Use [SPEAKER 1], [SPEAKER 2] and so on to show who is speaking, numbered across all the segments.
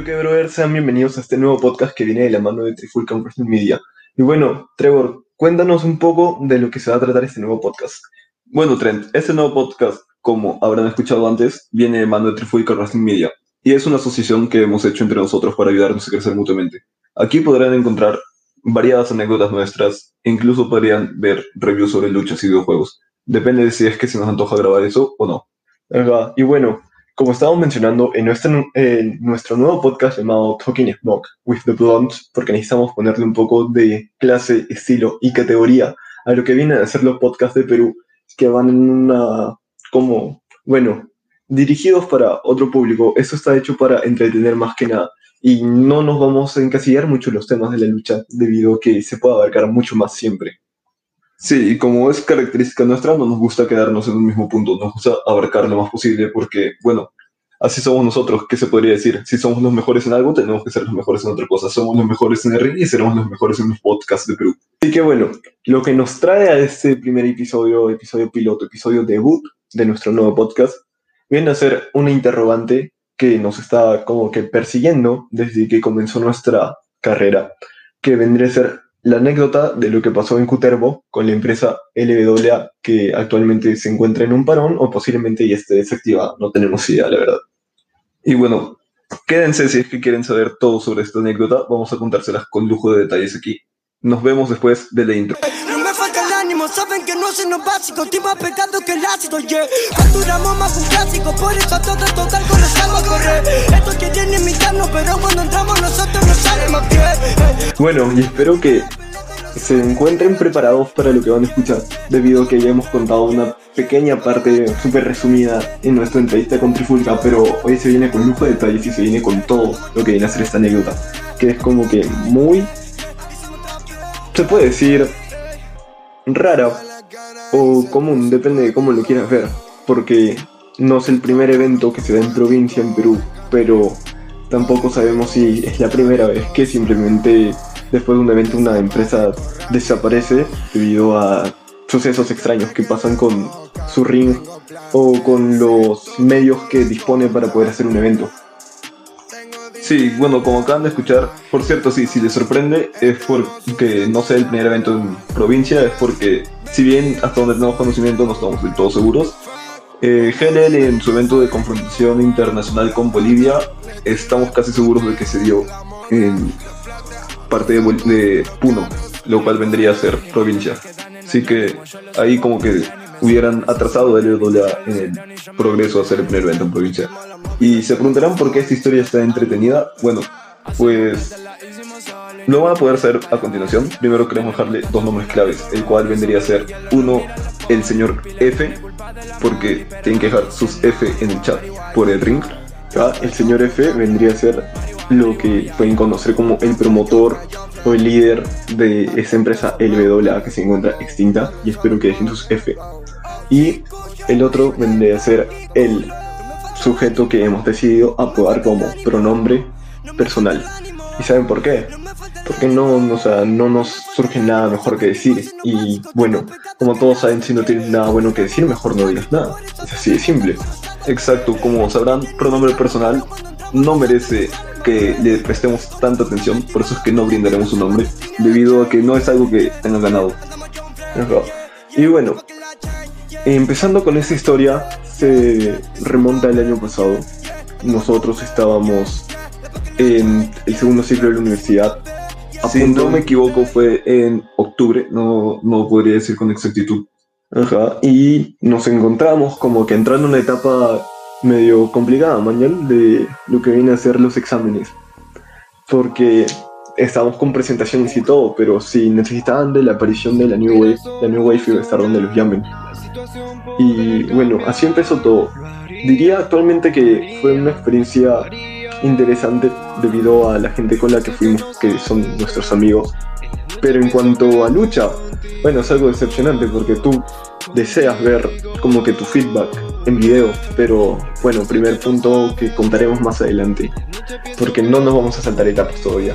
[SPEAKER 1] que brother, sean bienvenidos a este nuevo podcast que viene de la mano de Trifulca Wrestling Media. Y bueno, Trevor, cuéntanos un poco de lo que se va a tratar este nuevo podcast. Bueno, Trent, este nuevo podcast, como habrán escuchado antes, viene de mano de Trifulca Wrestling Media y es una asociación que hemos hecho entre nosotros para ayudarnos a crecer mutuamente. Aquí podrán encontrar variadas anécdotas nuestras e incluso podrían ver reviews sobre luchas y videojuegos. Depende de si es que se nos antoja grabar eso o no. Ajá. Y bueno, como estábamos mencionando en nuestro nuevo podcast llamado Talking Smoke with the Blonde, porque necesitamos ponerle un poco de clase, estilo y categoría a lo que vienen a ser los podcasts de Perú, que van en dirigidos para otro público. Eso está hecho para entretener más que nada. Y no nos vamos a encasillar mucho en los temas de la lucha, debido a que se puede abarcar mucho más siempre. Sí, y como es característica nuestra, no nos gusta quedarnos en un mismo punto, nos gusta abarcar lo más posible porque, bueno, así somos nosotros. ¿Qué se podría decir? Si somos los mejores en algo, tenemos que ser los mejores en otra cosa. Somos los mejores en el ring y seremos los mejores en los podcasts de Perú. Así que bueno, lo que nos trae a este primer episodio piloto, episodio debut de nuestro nuevo podcast, viene a ser una interrogante que nos está como que persiguiendo desde que comenzó nuestra carrera, que vendría a ser la anécdota de lo que pasó en Cutervo con la empresa LWA, que actualmente se encuentra en un parón o posiblemente ya esté desactivada. No tenemos idea, la verdad. Y bueno, quédense si es que quieren saber todo sobre esta anécdota. Vamos a contárselas con lujo de detalles aquí. Nos vemos después de la intro.
[SPEAKER 2] No me falta el ánimo, saben que no son los básicos. Estoy más pegado que el ácido, yeah. Facturamos más un clásico, por eso todo total con los salvo a correr. Estos quieren imitarnos, pero cuando entramos nosotros nos sale más bien.
[SPEAKER 1] Bueno, y espero que se encuentren preparados para lo que van a escuchar, debido a que ya hemos contado una pequeña parte súper resumida en nuestra entrevista con Trifulca, pero hoy se viene con lujo de detalles y se viene con todo lo que viene a ser esta anécdota, que es como que muy, se puede decir, rara o común, depende de cómo lo quieras ver, porque no es el primer evento que se da en provincia en Perú, pero tampoco sabemos si es la primera vez que simplemente después de un evento una empresa desaparece debido a sucesos extraños que pasan con su ring o con los medios que dispone para poder hacer un evento. Sí, bueno, como acaban de escuchar, por cierto, sí, si les sorprende es porque no sea el primer evento en provincia, es porque si bien hasta donde tenemos conocimiento no estamos del todo seguros, GLL en su evento de confrontación internacional con Bolivia estamos casi seguros de que se dio en parte de Puno, lo cual vendría a ser provincia. Así que ahí como que hubieran atrasado el LWA en el progreso a hacer el primer evento en provincia. Y se preguntarán por qué esta historia está entretenida. Bueno, pues lo van a poder hacer a continuación. Primero queremos dejarle dos nombres claves, el cual vendría a ser uno, el señor F, porque tienen que dejar sus F en el chat por el ring. El señor F vendría a ser lo que pueden conocer como el promotor o el líder de esa empresa LWA que se encuentra extinta, y espero que dejen sus F. Y el otro vendría a ser el sujeto que hemos decidido apodar como pronombre personal. ¿Y saben por qué? Porque no nos surge nada mejor que decir. Y bueno, como todos saben, si no tienes nada bueno que decir, mejor no digas nada. Es así de simple. Exacto, como sabrán, pronombre personal no merece que le prestemos tanta atención, por eso es que no brindaremos su nombre, debido a que no es algo que tengan ganado. Y bueno, empezando con esta historia, se remonta al año pasado. Nosotros estábamos en el segundo ciclo de la universidad. Si no me equivoco fue en octubre, no podría decir con exactitud. Y nos encontramos como que entrando en una etapa medio complicada, mañana, de lo que viene a ser los exámenes, porque estábamos con presentaciones y todo, pero si necesitaban de la aparición de la New Wave iba a estar donde los llamen. Y bueno, así empezó todo. Diría actualmente que fue una experiencia interesante debido a la gente con la que fuimos, que son nuestros amigos. Pero en cuanto a lucha, bueno, es algo decepcionante porque tú deseas ver como que tu feedback en video, pero bueno, primer punto que contaremos más adelante, porque no nos vamos a saltar etapas todavía.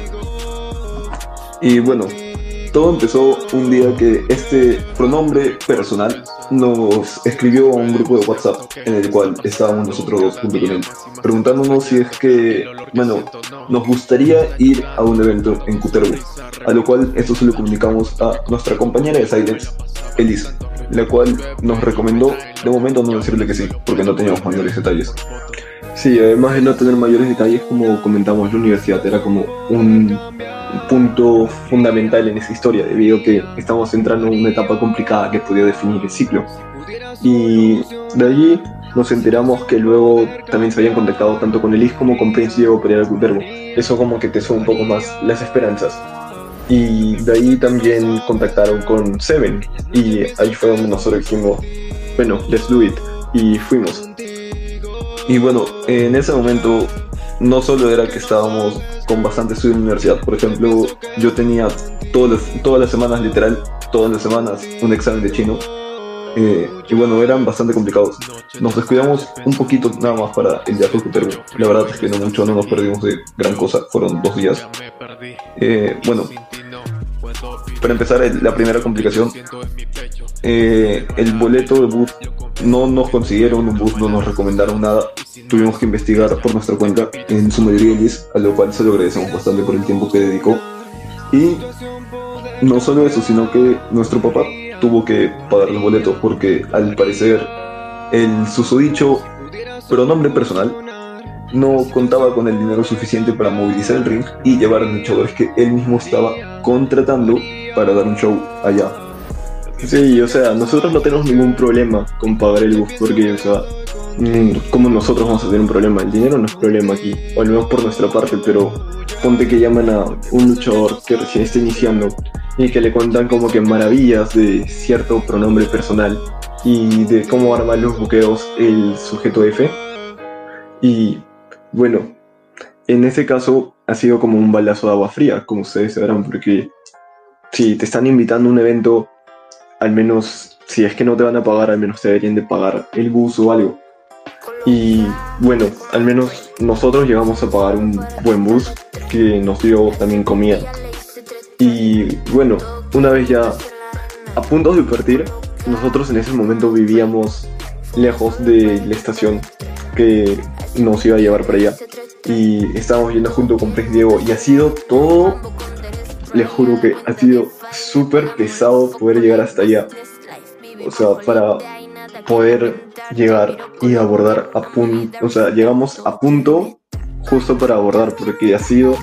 [SPEAKER 1] Y bueno, todo empezó un día que este pronombre personal nos escribió a un grupo de WhatsApp en el cual estábamos nosotros dos junto con él, preguntándonos si es que, bueno, nos gustaría ir a un evento en Cutervo, a lo cual esto se lo comunicamos a nuestra compañera de Silence, Elisa, la cual nos recomendó de momento no decirle que sí, porque no teníamos mayores detalles. Sí, además de no tener mayores detalles, como comentamos, la universidad era como un punto fundamental en esa historia, debido a que estamos entrando en una etapa complicada que podía definir el ciclo. Y de allí nos enteramos que luego también se habían contactado tanto con Elise como con Prince Diego para ir al Cutervo. Eso como que te sube un poco más las esperanzas. Y de ahí también contactaron con Seven, y ahí fue donde nosotros dijimos, bueno, let's do it, y fuimos. Y bueno, en ese momento no solo era que estábamos con bastante estudio en la universidad. Por ejemplo, yo tenía todas las semanas, literal, todas las semanas, un examen de chino. Y bueno, eran bastante complicados. Nos descuidamos un poquito nada más para el viaje a Cutervo. La verdad es que no mucho, no nos perdimos de gran cosa. Fueron 2 días. Bueno, para empezar, la primera complicación, el boleto de bus no nos consiguieron un bus, no nos recomendaron nada. Tuvimos que investigar por nuestra cuenta, en su mayoría Liz, a lo cual se lo agradecemos bastante por el tiempo que dedicó. Y no solo eso, sino que nuestro papá tuvo que pagar los boletos porque al parecer el susodicho pronombre personal no contaba con el dinero suficiente para movilizar el ring y llevar a luchadores que él mismo estaba contratando para dar un show allá. Sí, o sea, nosotros no tenemos ningún problema con pagar el bus porque, o sea, ¿cómo nosotros vamos a tener un problema? El dinero no es problema aquí, o al menos por nuestra parte, pero ponte que llaman a un luchador que recién está iniciando y que le cuentan como que maravillas de cierto pronombre personal y de cómo arma los buqueos el sujeto F. Y bueno, en ese caso ha sido como un balazo de agua fría, como ustedes sabrán, porque si te están invitando a un evento, al menos, si es que no te van a pagar, al menos te deberían de pagar el bus o algo. Y bueno, al menos nosotros llegamos a pagar un buen bus que nos dio también comida. Y bueno, una vez ya a punto de partir, nosotros en ese momento vivíamos lejos de la estación que nos iba a llevar para allá. Y estábamos yendo junto con Prince Diego y ha sido todo, les juro que ha sido súper pesado poder llegar hasta allá. O sea, para poder llegar y abordar a punto, o sea, llegamos a punto justo para abordar porque ha sido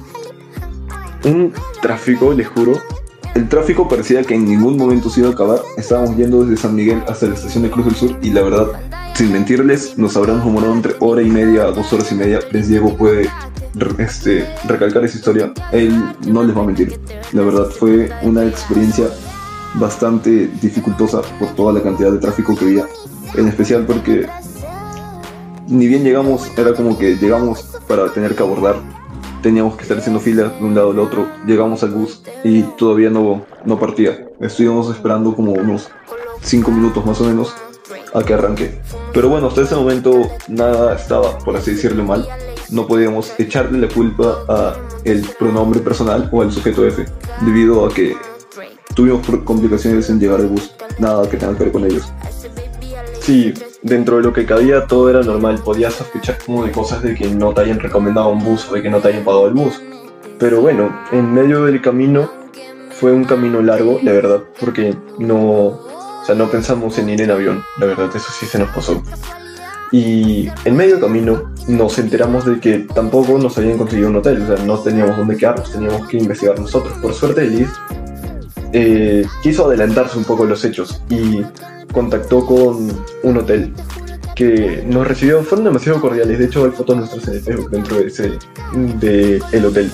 [SPEAKER 1] un tráfico, les juro. El tráfico parecía que en ningún momento se iba a acabar. Estábamos yendo desde San Miguel hasta la estación de Cruz del Sur y la verdad, sin mentirles, nos habrán demorado entre hora y media a 2 horas y media. Les Diego puede recalcar esa historia. Él no les va a mentir. La verdad fue una experiencia bastante dificultosa por toda la cantidad de tráfico que había. En especial porque ni bien llegamos, era como que llegamos para tener que abordar. Teníamos que estar haciendo filas de un lado al otro. Llegamos al bus y todavía no partía. Estuvimos esperando como unos 5 minutos más o menos a que arranque. Pero bueno, hasta ese momento nada estaba, por así decirlo, mal. No podíamos echarle la culpa a el pronombre personal o al sujeto F, debido a que tuvimos complicaciones en llegar al bus. Nada que tenga que ver con ellos. Sí, dentro de lo que cabía todo era normal. Podías sospechar como de cosas de que no te hayan recomendado un bus o de que no te hayan pagado el bus. Pero bueno, en medio del camino fue un camino largo, la verdad, porque no pensamos en ir en avión, la verdad, eso sí se nos pasó. Y en medio del camino nos enteramos de que tampoco nos habían conseguido un hotel, o sea, no teníamos dónde quedarnos, teníamos que investigar nosotros. Por suerte, Elise quiso adelantarse un poco los hechos y contactó con un hotel que nos recibió, fueron demasiado cordiales. De hecho hay fotos nuestras en el Facebook dentro de el hotel.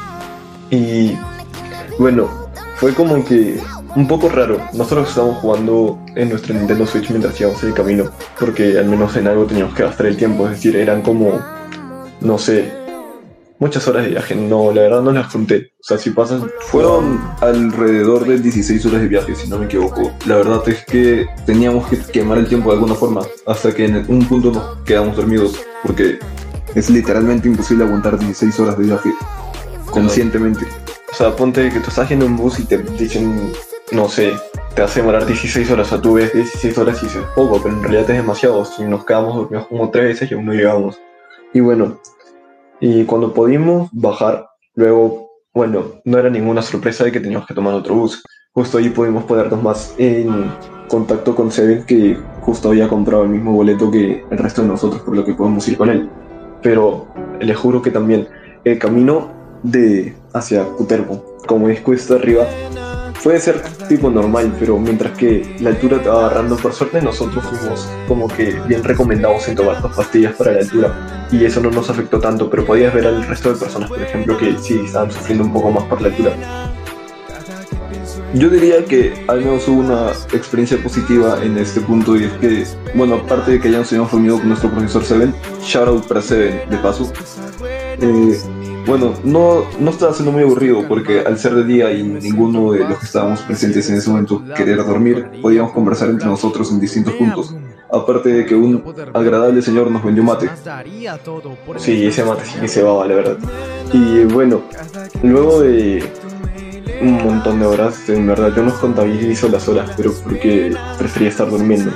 [SPEAKER 1] Y bueno, fue como que un poco raro. Nosotros estábamos jugando en nuestro Nintendo Switch mientras íbamos el camino, porque al menos en algo teníamos que gastar el tiempo. Es decir, eran como, no sé, muchas horas de viaje. No, la verdad no las conté. O sea, si pasan, fueron alrededor de 16 horas de viaje, si no me equivoco. La verdad es que teníamos que quemar el tiempo de alguna forma, hasta que en un punto nos quedamos dormidos, porque es literalmente imposible aguantar 16 horas de viaje conscientemente. O sea, ponte que tú estás en un bus y te dicen, no sé, te hace demorar 16 horas, o sea, tú ves 16 horas y dices poco, pero en realidad es demasiado. Si nos quedamos dormidos como 3 veces y aún no llegamos. Y bueno, y cuando pudimos bajar, luego, bueno, no era ninguna sorpresa de que teníamos que tomar otro bus. Justo ahí pudimos ponernos más en contacto con Seven, que justo había comprado el mismo boleto que el resto de nosotros, por lo que podemos ir con él. Pero les juro que también el camino de hacia Cutervo, como es cuesta arriba, puede ser tipo normal, pero mientras que la altura te va agarrando, por suerte nosotros fuimos como que bien recomendados en tomar 2 pastillas para la altura y eso no nos afectó tanto, pero podías ver al resto de personas, por ejemplo, que sí estaban sufriendo un poco más por la altura. Yo diría que al menos hubo una experiencia positiva en este punto, y es que, bueno, aparte de que ya nos habíamos reunido con nuestro profesor Seven, shout out para Seven de paso, bueno, no estaba siendo muy aburrido porque al ser de día y ninguno de los que estábamos presentes en ese momento querer dormir, podíamos conversar entre nosotros en distintos puntos. Aparte de que un agradable señor nos vendió mate. Sí, ese mate sí que se va, la verdad. Y bueno, luego de un montón de horas, en verdad yo no contabilizo las horas, pero porque prefería estar durmiendo.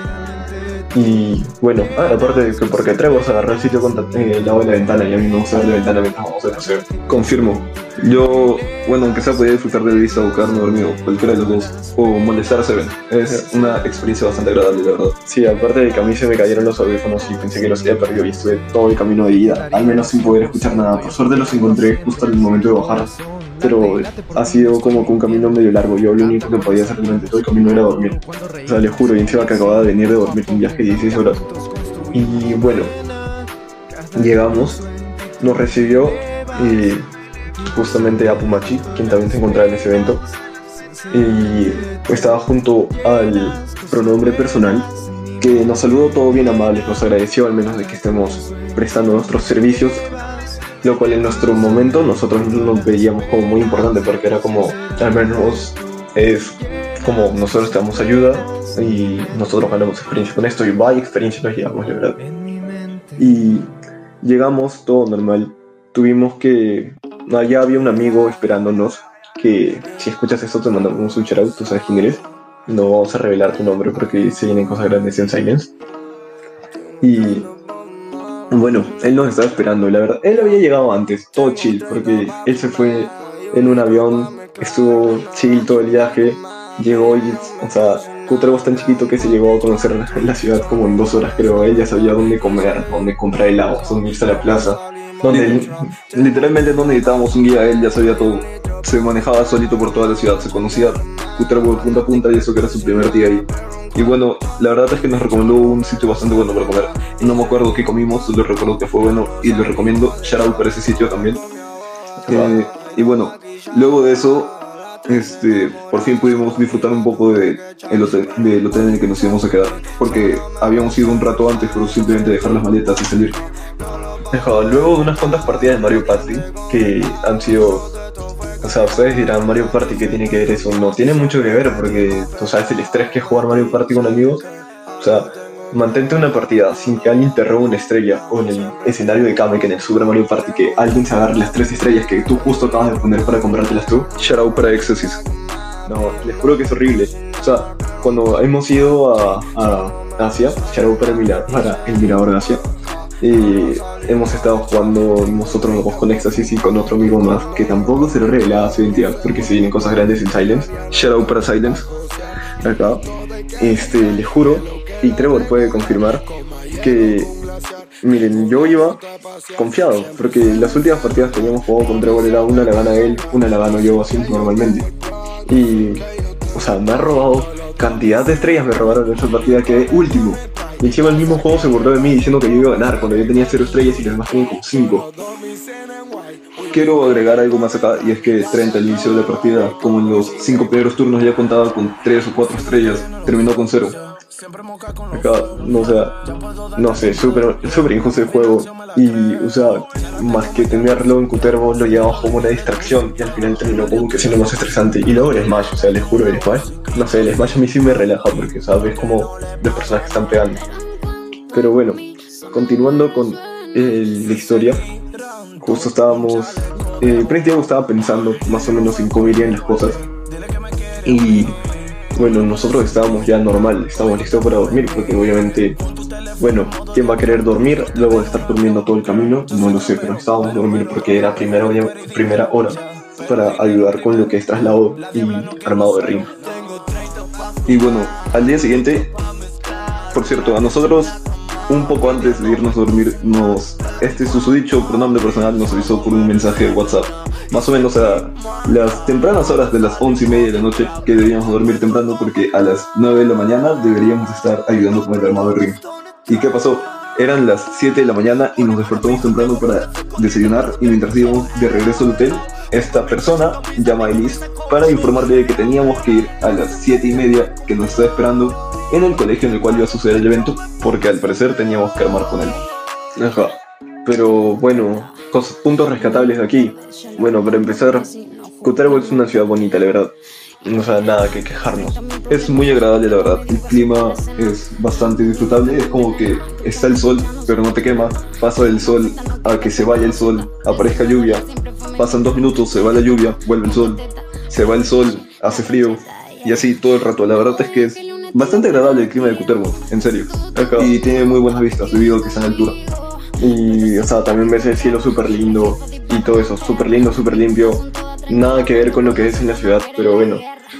[SPEAKER 1] Y bueno, aparte de que porque Trevor se agarró el sitio con el lado de la ventana y a mí me gusta ver la ventana mientras vamos a paseo. Confirmo. Yo, bueno, aunque sea podía disfrutar de vista o quedarme dormido, cualquiera de los dos, o molestar a Seven. Es una experiencia bastante agradable, la verdad. Sí, aparte de que a mí se me cayeron los audífonos y pensé que los había perdido y estuve todo el camino de ida, al menos sin poder escuchar nada. Por suerte los encontré justo en el momento de bajar, pero ha sido como que un camino medio largo. Yo lo único que podía hacer durante todo el camino era dormir. O sea, les juro, y encima que acababa de venir de dormir un viaje de 16 horas. Y bueno, llegamos, nos recibió justamente Apumachi, quien también se encontraba en ese evento, y estaba junto al pronombre personal, que nos saludó todo bien amables, nos agradeció al menos de que estemos prestando nuestros servicios, lo cual en nuestro momento nosotros nos veíamos como muy importante, porque era como, al menos es como nosotros te damos ayuda y nosotros ganamos experiencia con esto, y vaya experiencia nos llevamos, la verdad. Y llegamos, todo normal. Tuvimos que... ya había un amigo esperándonos, que si escuchas esto te mandamos un shoutout, tú sabes quién eres. No vamos a revelar tu nombre porque se vienen cosas grandes en Silence. Y bueno, él nos estaba esperando, la verdad. Él había llegado antes, todo chill, porque él se fue en un avión, estuvo chill todo el viaje, llegó y, o sea, Cutervo es tan chiquito que se llegó a conocer la ciudad como en 2 horas, creo. Él ya sabía dónde comer, dónde comprar helados, dónde irse a la plaza, donde literalmente no necesitábamos un guía, él ya sabía todo. Se manejaba solito por toda la ciudad, se conocía Cutervo de punta a punta, y eso que era su primer día ahí. Y bueno, la verdad es que nos recomendó un sitio bastante bueno para comer. No me acuerdo qué comimos, solo recuerdo que fue bueno y lo recomiendo. Shout out para ese sitio también. Y bueno, luego de eso, por fin pudimos disfrutar un poco del hotel en el que nos íbamos a quedar, porque habíamos ido un rato antes, pero simplemente dejar las maletas y salir. Luego de unas cuantas partidas de Mario Party que han sido... O sea, ustedes dirán, Mario Party, ¿qué tiene que ver eso? No tiene mucho que ver, porque tú sabes el estrés que es jugar Mario Party con amigos. O sea, mantente una partida sin que alguien te robe una estrella, o en el escenario de Kamek en el Super Mario Party, que alguien se agarre las 3 estrellas que tú justo acabas de poner para comprártelas tú. Shout out para Exorcist. No, les juro que es horrible. O sea, cuando hemos ido a Asia, shout out para el Mirador de Asia, y hemos estado jugando nosotros dos con Éxtasis y con otro amigo más que tampoco se lo revelaba su identidad porque se vienen cosas grandes en Silence. Shout out para Silence. Acá. Les juro, y Trevor puede confirmar que, miren, yo iba confiado porque las últimas partidas que habíamos jugado con Trevor era una la gana él, una la gano yo, así normalmente. Y, o sea, me ha robado cantidad de estrellas, me robaron en esa partida, quedé último. Y encima el mismo juego se burló de mí diciendo que yo iba a ganar cuando yo tenía 0 estrellas y los demás tenían como 5. Quiero agregar algo más acá, y es que Trent al inicio de la partida, como en los 5 primeros turnos ya contaba con 3 o 4 estrellas, terminó con 0. Acá, no sé, súper injusto el juego. Y, o sea, más que tenerlo en Cutervo, lo llevamos como una distracción y al final terminó como que siendo más estresante. Y luego el Smash, o sea, les juro, el Smash, no sé, el Smash a mí sí me relaja porque, o sea, ves como los personajes están pegando. Pero bueno, continuando con la historia, justo estábamos, Prentiago estaba pensando más o menos en cómo irían las cosas. Y bueno, nosotros estábamos ya normal, estábamos listos para dormir, porque obviamente, bueno, ¿quién va a querer dormir luego de estar durmiendo todo el camino? No lo sé, pero estábamos a dormir porque era primera hora para ayudar con lo que es traslado y armado de ring. Y bueno, al día siguiente, por cierto, a nosotros, un poco antes de irnos a dormir, este susodicho pronombre personal nos avisó por un mensaje de WhatsApp, más o menos a las tempranas horas de las 11:30 de la noche, que debíamos dormir temprano porque a las 9 de la mañana deberíamos estar ayudando con el armado de ring. ¿Y qué pasó? Eran las 7 de la mañana y nos despertamos temprano para desayunar, y mientras íbamos de regreso al hotel, esta persona llama a Elise para informarle de que teníamos que ir a las 7:30, que nos estaba esperando en el colegio en el cual iba a suceder el evento, porque al parecer teníamos que armar con él. Ajá. Pero bueno, puntos rescatables de aquí. Bueno, para empezar, Cutervo es una ciudad bonita, la verdad. No sea, nada que quejarnos. Es muy agradable, la verdad. El clima es bastante disfrutable. Es como que está el sol, pero no te quema. Pasa del sol a que se vaya el sol, aparezca lluvia. Pasan 2 minutos, se va la lluvia, vuelve el sol. Se va el sol, hace frío. Y así todo el rato. La verdad es que es bastante agradable el clima de Cutervo, en serio. Y tiene muy buenas vistas debido a que está en altura. Y, o sea, también ves el cielo súper lindo y todo eso, súper lindo, súper limpio. Nada que ver con lo que es en la ciudad, pero bueno.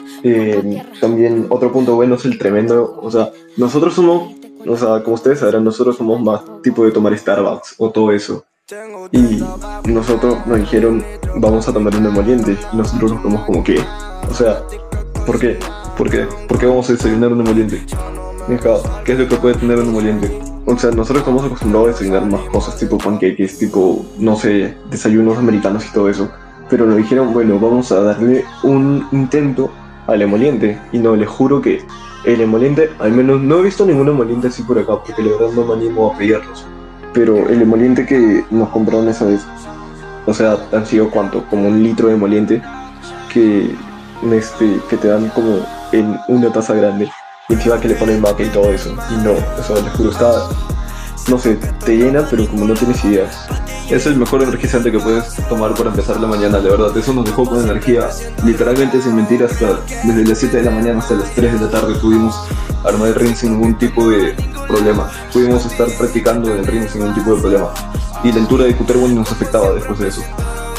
[SPEAKER 1] También otro punto bueno es el tremendo, o sea, nosotros somos, o sea, como ustedes sabrán, nosotros somos más tipo de tomar Starbucks o todo eso. Y nosotros nos dijeron, vamos a tomar un emoliente. Y nosotros nos fuimos como que, o sea, ¿por qué? ¿Por qué vamos a desayunar un emoliente? ¿Qué es lo que puede tener un emoliente? O sea, nosotros estamos acostumbrados a desayunar más cosas tipo pancakes, tipo, no sé, desayunos americanos y todo eso. Pero nos dijeron, bueno, vamos a darle un intento al emoliente. Y no, les juro que el emoliente, al menos no he visto ningún emoliente así por acá, porque la verdad no me animo a pedirlos. Pero el emoliente que nos compraron esa vez, o sea, han sido ¿cuánto? Como 1 litro de emoliente que te dan como en una taza grande. Y encima que le ponen maca y todo eso. Y no, o sea, les juro, está, no sé, te llena, pero como no tienes ideas. Es el mejor energizante que puedes tomar para empezar la mañana, la verdad. Eso nos dejó con energía, literalmente sin mentir, hasta desde las 7 de la mañana hasta las 3 de la tarde pudimos armar el ring sin ningún tipo de problema. Pudimos estar practicando en el ring sin ningún tipo de problema. Y la altura de Cutervo nos afectaba después de eso.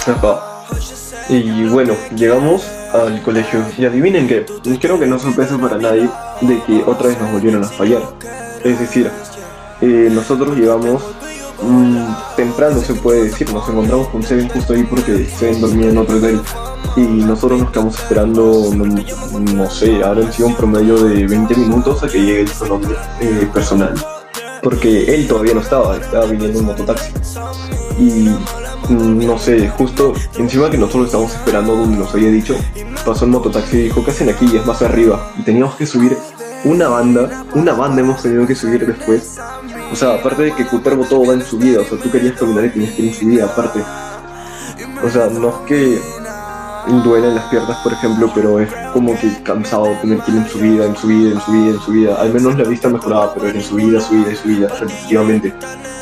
[SPEAKER 1] Y bueno, llegamos al colegio y adivinen qué, creo que no es sorpresa para nadie de que otra vez nos volvieron a fallar. Es decir, nosotros llegamos temprano, se puede decir, nos encontramos con Seven justo ahí porque Seven dormía en otro hotel y nosotros nos quedamos esperando, no sé, habrán sido un promedio de 20 minutos a que llegue el pronombre personal, porque él todavía no estaba viniendo en mototaxi. Y no sé, justo encima que nosotros estábamos esperando donde nos había dicho, pasó el mototaxi y dijo, ¿qué hacen aquí? Y es más arriba. Y teníamos que subir una banda hemos tenido que subir después. O sea, aparte de que Cutervo todo va en subida, o sea, tú querías caminar y tenías que ir en subida aparte. O sea, no es que duelen las piernas, por ejemplo, pero es como que cansado tener que ir en subida, en subida, en subida, en subida. Al menos la vista mejoraba, pero era en subida, subida y subida, repetitivamente.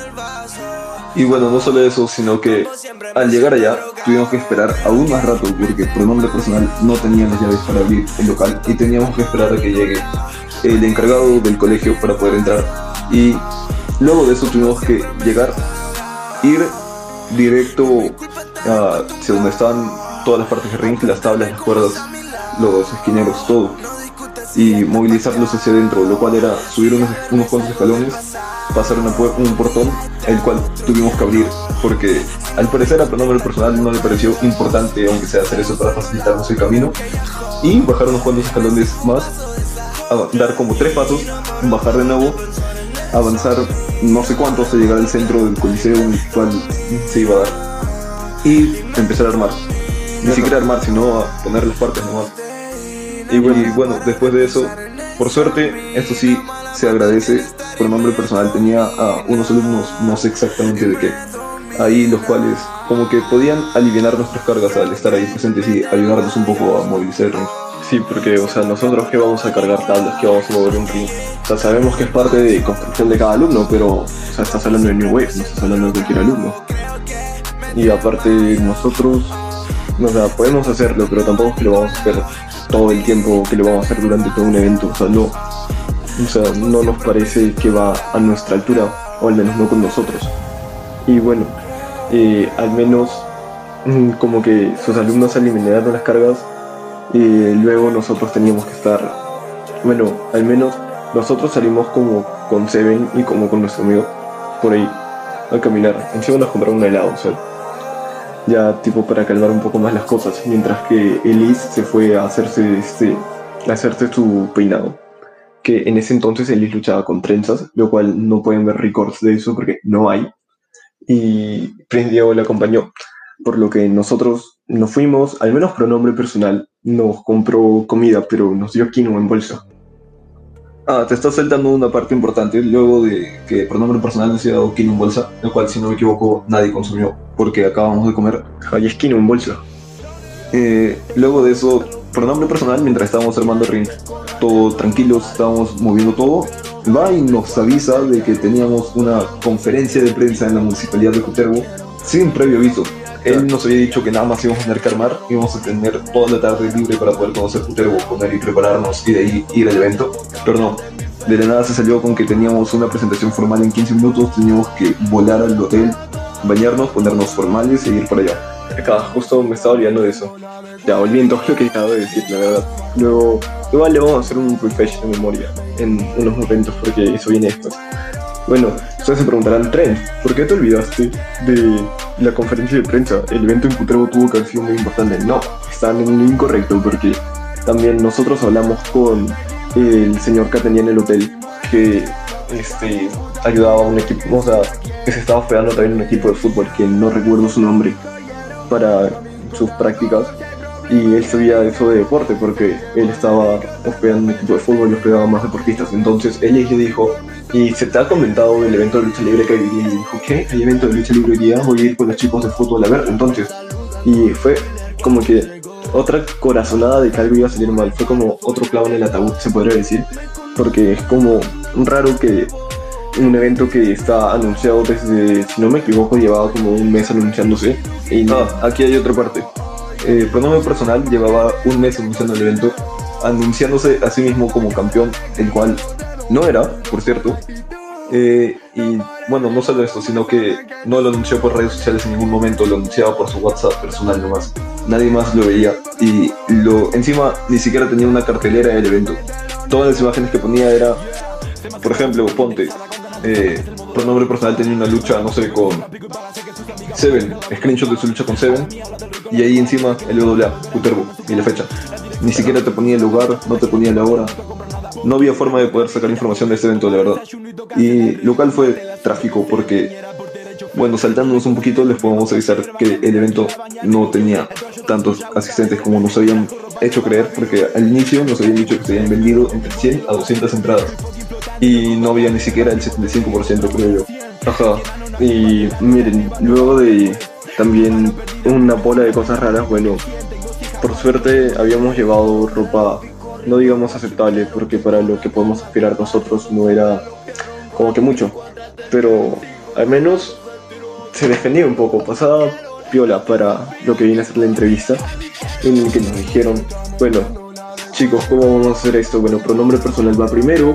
[SPEAKER 1] Y bueno, no solo eso, sino que al llegar allá tuvimos que esperar aún más rato porque por nombre personal no tenían las llaves para abrir el local y teníamos que esperar a que llegue el encargado del colegio para poder entrar. Y luego de eso tuvimos que ir directo a donde estaban todas las partes de ring, las tablas, las cuerdas, los esquineros, todo, y movilizarlos hacia adentro, lo cual era subir unos cuantos escalones, pasar un portón, el cual tuvimos que abrir, porque al parecer a pronombre personal no le pareció importante, aunque sea hacer eso para facilitarnos el camino, y bajar unos cuantos escalones más, dar como 3 pasos, bajar de nuevo, avanzar no sé cuánto hasta llegar al centro del coliseo en el cual se iba a dar, y empezar a armar. Ni siquiera armar, sino a poner las partes nomás. Y bueno, después de eso, por suerte, esto sí se agradece, por nombre personal tenía a unos alumnos, no sé exactamente de qué, ahí los cuales como que podían aliviar nuestras cargas al estar ahí presentes y ayudarnos un poco a movilizar el ring. Sí, porque, o sea, nosotros que vamos a cargar tablas, que vamos a mover un ring, o sea, sabemos que es parte de construcción de cada alumno, pero, o sea, estás hablando de New Wave, no estás hablando de cualquier alumno. Y aparte nosotros, o sea, podemos hacerlo, pero tampoco es que lo vamos a hacer todo el tiempo que lo vamos a hacer durante todo un evento. No nos parece que va a nuestra altura, o al menos no con nosotros. Y bueno, al menos como que sus alumnos se eliminaron las cargas, y luego nosotros teníamos que estar, bueno, al menos nosotros salimos como con Seven y como con nuestro amigo por ahí a caminar. Encima nos compraron un helado, ya tipo para calmar un poco más las cosas, mientras que Elise se fue a hacerse su peinado, que en ese entonces Elise luchaba con trenzas, lo cual no pueden ver records de eso porque no hay, y Prince Diego le acompañó, por lo que nosotros nos fuimos. Al menos pronombre personal nos compró comida, pero nos dio quinoa en bolsa. Te estás saltando una parte importante, luego de que pronombre personal nos haya dado quinoa en bolsa, lo cual, si no me equivoco, nadie consumió, porque acabamos de comer. Y es quinoa en bolsa. Luego de eso, pronombre personal, mientras estábamos armando el ring, todo tranquilos, estábamos moviendo todo, va y nos avisa de que teníamos una conferencia de prensa en la municipalidad de Cutervo, sin previo aviso. Él nos había dicho que nada más íbamos a tener que armar, íbamos a tener toda la tarde libre para poder conocer Cutervo, comer y prepararnos, y de ahí ir al evento. Pero no, de la nada se salió con que teníamos una presentación formal en 15 minutos, teníamos que volar al hotel, bañarnos, ponernos formales y ir para allá. Acá justo me estaba olvidando de eso. Ya, volviendo a lo que acabo de decir, la verdad. Luego, igual le vamos a hacer un refresh de memoria en unos momentos, porque eso viene después. Bueno, ustedes se preguntarán, Trent, ¿por qué te olvidaste de la conferencia de prensa? El evento en Cutervo tuvo que haber sido muy importante. No, están en lo incorrecto, porque también nosotros hablamos con el señor que tenía en el hotel, que ayudaba a un equipo, que se estaba hospedando también un equipo de fútbol, que no recuerdo su nombre, para sus prácticas, y él sabía eso de deporte porque él estaba hospedando un equipo de fútbol y hospedaba más deportistas. Entonces él le dijo, y se te ha comentado del evento de lucha libre que hay hoy día, y dijo, ¿qué? ¿Hay evento de lucha libre hoy día? Voy a ir con los chicos de fútbol a ver. Entonces, y fue como que otra corazonada de que algo iba a salir mal, fue como otro clavo en el ataúd, se podría decir, porque es como raro que un evento que está anunciado desde, si no me equivoco, llevaba como un mes anunciándose. Y aquí hay otra parte. Pronombre personal llevaba un mes anunciando el evento, anunciándose a sí mismo como campeón, el cual no era, por cierto. Y bueno, no solo esto, sino que no lo anunció por redes sociales en ningún momento, lo anunciaba por su WhatsApp personal nomás. Nadie más lo veía, y encima ni siquiera tenía una cartelera del evento. Todas las imágenes que ponía era, por ejemplo, ponte, pronombre personal tenía una lucha, no sé, con Seven, screenshot de su lucha con Seven, y ahí encima el WA, Cutervo, y la fecha. Ni siquiera te ponía el lugar, no te ponía la hora. No había forma de poder sacar información de este evento, la verdad. Y lo cual fue trágico porque, bueno, saltándonos un poquito, les podemos avisar que el evento no tenía tantos asistentes como nos habían hecho creer, porque al inicio nos habían dicho que se habían vendido entre 100 a 200 entradas. Y no había ni siquiera el 75%, creo yo. Ajá. Y miren, luego de también una bola de cosas raras, bueno, por suerte habíamos llevado ropa, no digamos aceptable, porque para lo que podemos aspirar nosotros no era como que mucho, pero al menos se defendía un poco, pasaba piola para lo que viene a ser la entrevista, en el que nos dijeron, bueno, chicos, ¿cómo vamos a hacer esto? Bueno, pronombre personal va primero.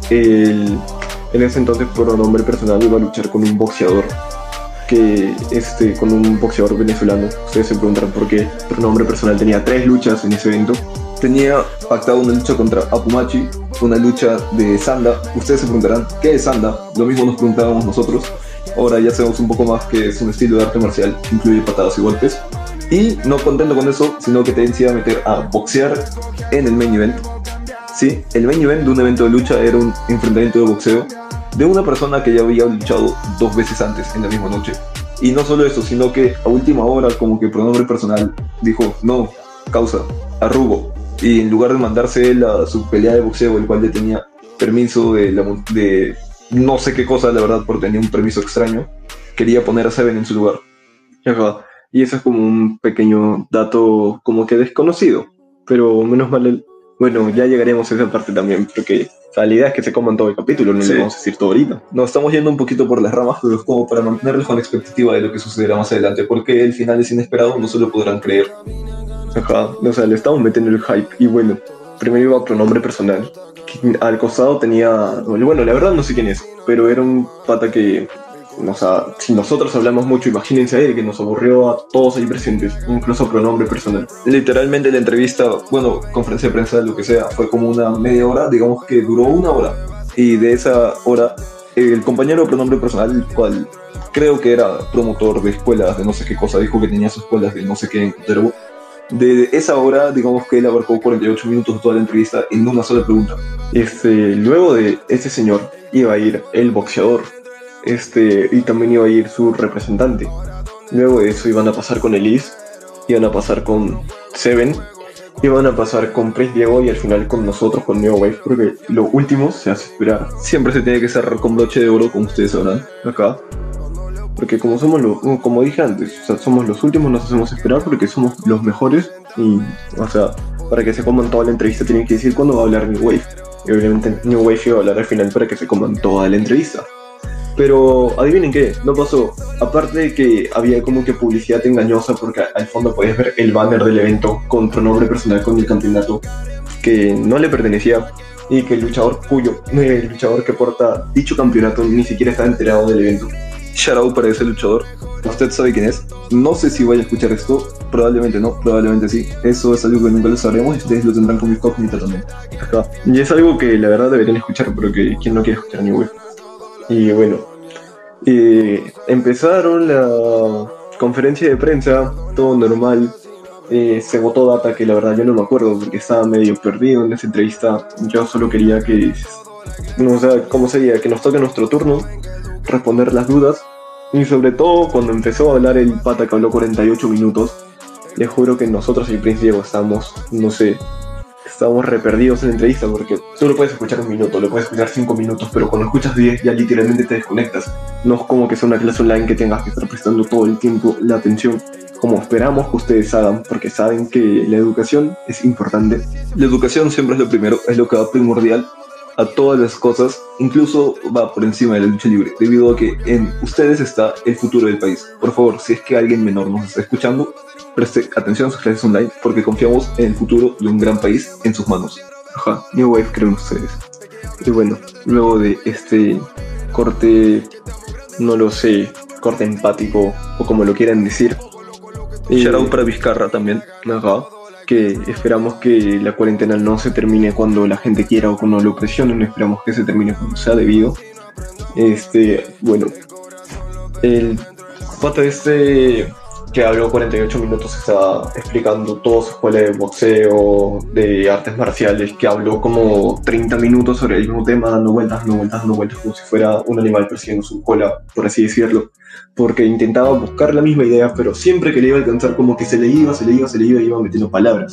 [SPEAKER 1] En ese entonces pronombre personal iba a luchar con un boxeador, con un boxeador venezolano. Ustedes se preguntarán por qué pronombre personal tenía 3 luchas en ese evento. Tenía pactado una lucha contra Apumachi, una lucha de Sanda. Ustedes se preguntarán, ¿qué es Sanda? Lo mismo nos preguntábamos nosotros. Ahora ya sabemos un poco más que es un estilo de arte marcial que incluye patadas y golpes. Y no contento con eso, sino que te decía meter a boxear en el main event. Sí, el main event de un evento de lucha era un enfrentamiento de boxeo de una persona que ya había luchado 2 veces antes en la misma noche. Y no solo eso, sino que a última hora, como que pronombre personal dijo, no, causa, arrugo. Y en lugar de mandarse él a su pelea de boxeo, el cual ya tenía permiso de no sé qué cosa, la verdad, porque tenía un permiso extraño, quería poner a Seven en su lugar. Y eso es como un pequeño dato como que desconocido, pero menos mal. Bueno, ya llegaremos a esa parte también, porque la idea es que se coman todo el capítulo, no le vamos a decir todo ahorita. Nos estamos yendo un poquito por las ramas, pero es como para mantenerles con la expectativa de lo que sucederá más adelante, porque el final es inesperado, no se lo podrán creer. Ajá, o sea, le estábamos metiendo el hype. Y bueno, primero iba pronombre personal. Que al costado tenía. Bueno, la verdad no sé quién es, pero era un pata que. O sea, si nosotros hablamos mucho, imagínense a él que nos aburrió a todos ahí presentes, incluso pronombre personal. Literalmente la entrevista, bueno, conferencia de prensa, lo que sea, fue como una media hora, digamos que duró una hora. Y de esa hora, el compañero de pronombre personal, el cual creo que era promotor de escuelas de no sé qué cosa, dijo que tenía sus escuelas de no sé qué en Cutervo. De esa hora, digamos que él abarcó 48 minutos de toda la entrevista en una sola pregunta. Luego de este señor iba a ir el boxeador, y también iba a ir su representante. Luego de eso iban a pasar con Elise, iban a pasar con Seven, iban a pasar con Prince Diego y al final con nosotros, con Neo Wave, porque lo último se hace esperar. Siempre se tiene que cerrar con broche de oro, como ustedes sabrán, acá. Porque como como dije antes, o sea, somos los últimos, nos hacemos esperar porque somos los mejores y, o sea, para que se coman toda la entrevista tienen que decir cuándo va a hablar New Wave. Y obviamente New Wave iba a hablar al final para que se coman toda la entrevista. Pero adivinen qué, no pasó. Aparte de que había como que publicidad engañosa porque al fondo podías ver el banner del evento con pronombre personal con el campeonato que no le pertenecía y que el luchador que porta dicho campeonato ni siquiera estaba enterado del evento. Shout out para ese luchador. Usted sabe quién es. No sé si vaya a escuchar esto. Probablemente no, probablemente sí. Eso es algo que nunca lo sabremos y ustedes lo tendrán como incógnita también. Acá. Y es algo que la verdad deberían escuchar, pero que quien no quiere escuchar New Wave. Y bueno, empezaron la conferencia de prensa, todo normal. Se votó data que la verdad yo no me acuerdo porque estaba medio perdido en esa entrevista. Yo solo quería que, o sea, ¿cómo sería? Que nos toque nuestro turno, responder las dudas. Y sobre todo cuando empezó a hablar el pata que habló 48 minutos, les juro que nosotros y Prince Diego estábamos, no sé, estábamos re perdidos en la entrevista porque tú lo puedes escuchar un minuto, lo puedes escuchar 5 minutos, pero cuando escuchas 10 ya literalmente te desconectas. No es como que sea una clase online que tengas que estar prestando todo el tiempo la atención como esperamos que ustedes hagan, porque saben que la educación es importante. La educación siempre es lo primero, es lo que va primordial a todas las cosas, incluso va por encima de la lucha libre, debido a que en ustedes está el futuro del país. Por favor, si es que alguien menor nos está escuchando, preste atención a sus clases online, porque confiamos en el futuro de un gran país en sus manos. Ajá, New Wave creen ustedes. Y bueno, luego de este corte, no lo sé, corte empático, o como lo quieran decir. Shout out para Vizcarra también, ajá, que esperamos que la cuarentena no se termine cuando la gente quiera o cuando lo presionen, esperamos que se termine cuando sea debido. Bueno, el pata que habló 48 minutos estaba explicando toda su escuela de boxeo, de artes marciales, que habló como 30 minutos sobre el mismo tema, dando vueltas, como si fuera un animal persiguiendo su cola, por así decirlo, porque intentaba buscar la misma idea, pero siempre que le iba a alcanzar como que se le iba y iba metiendo palabras.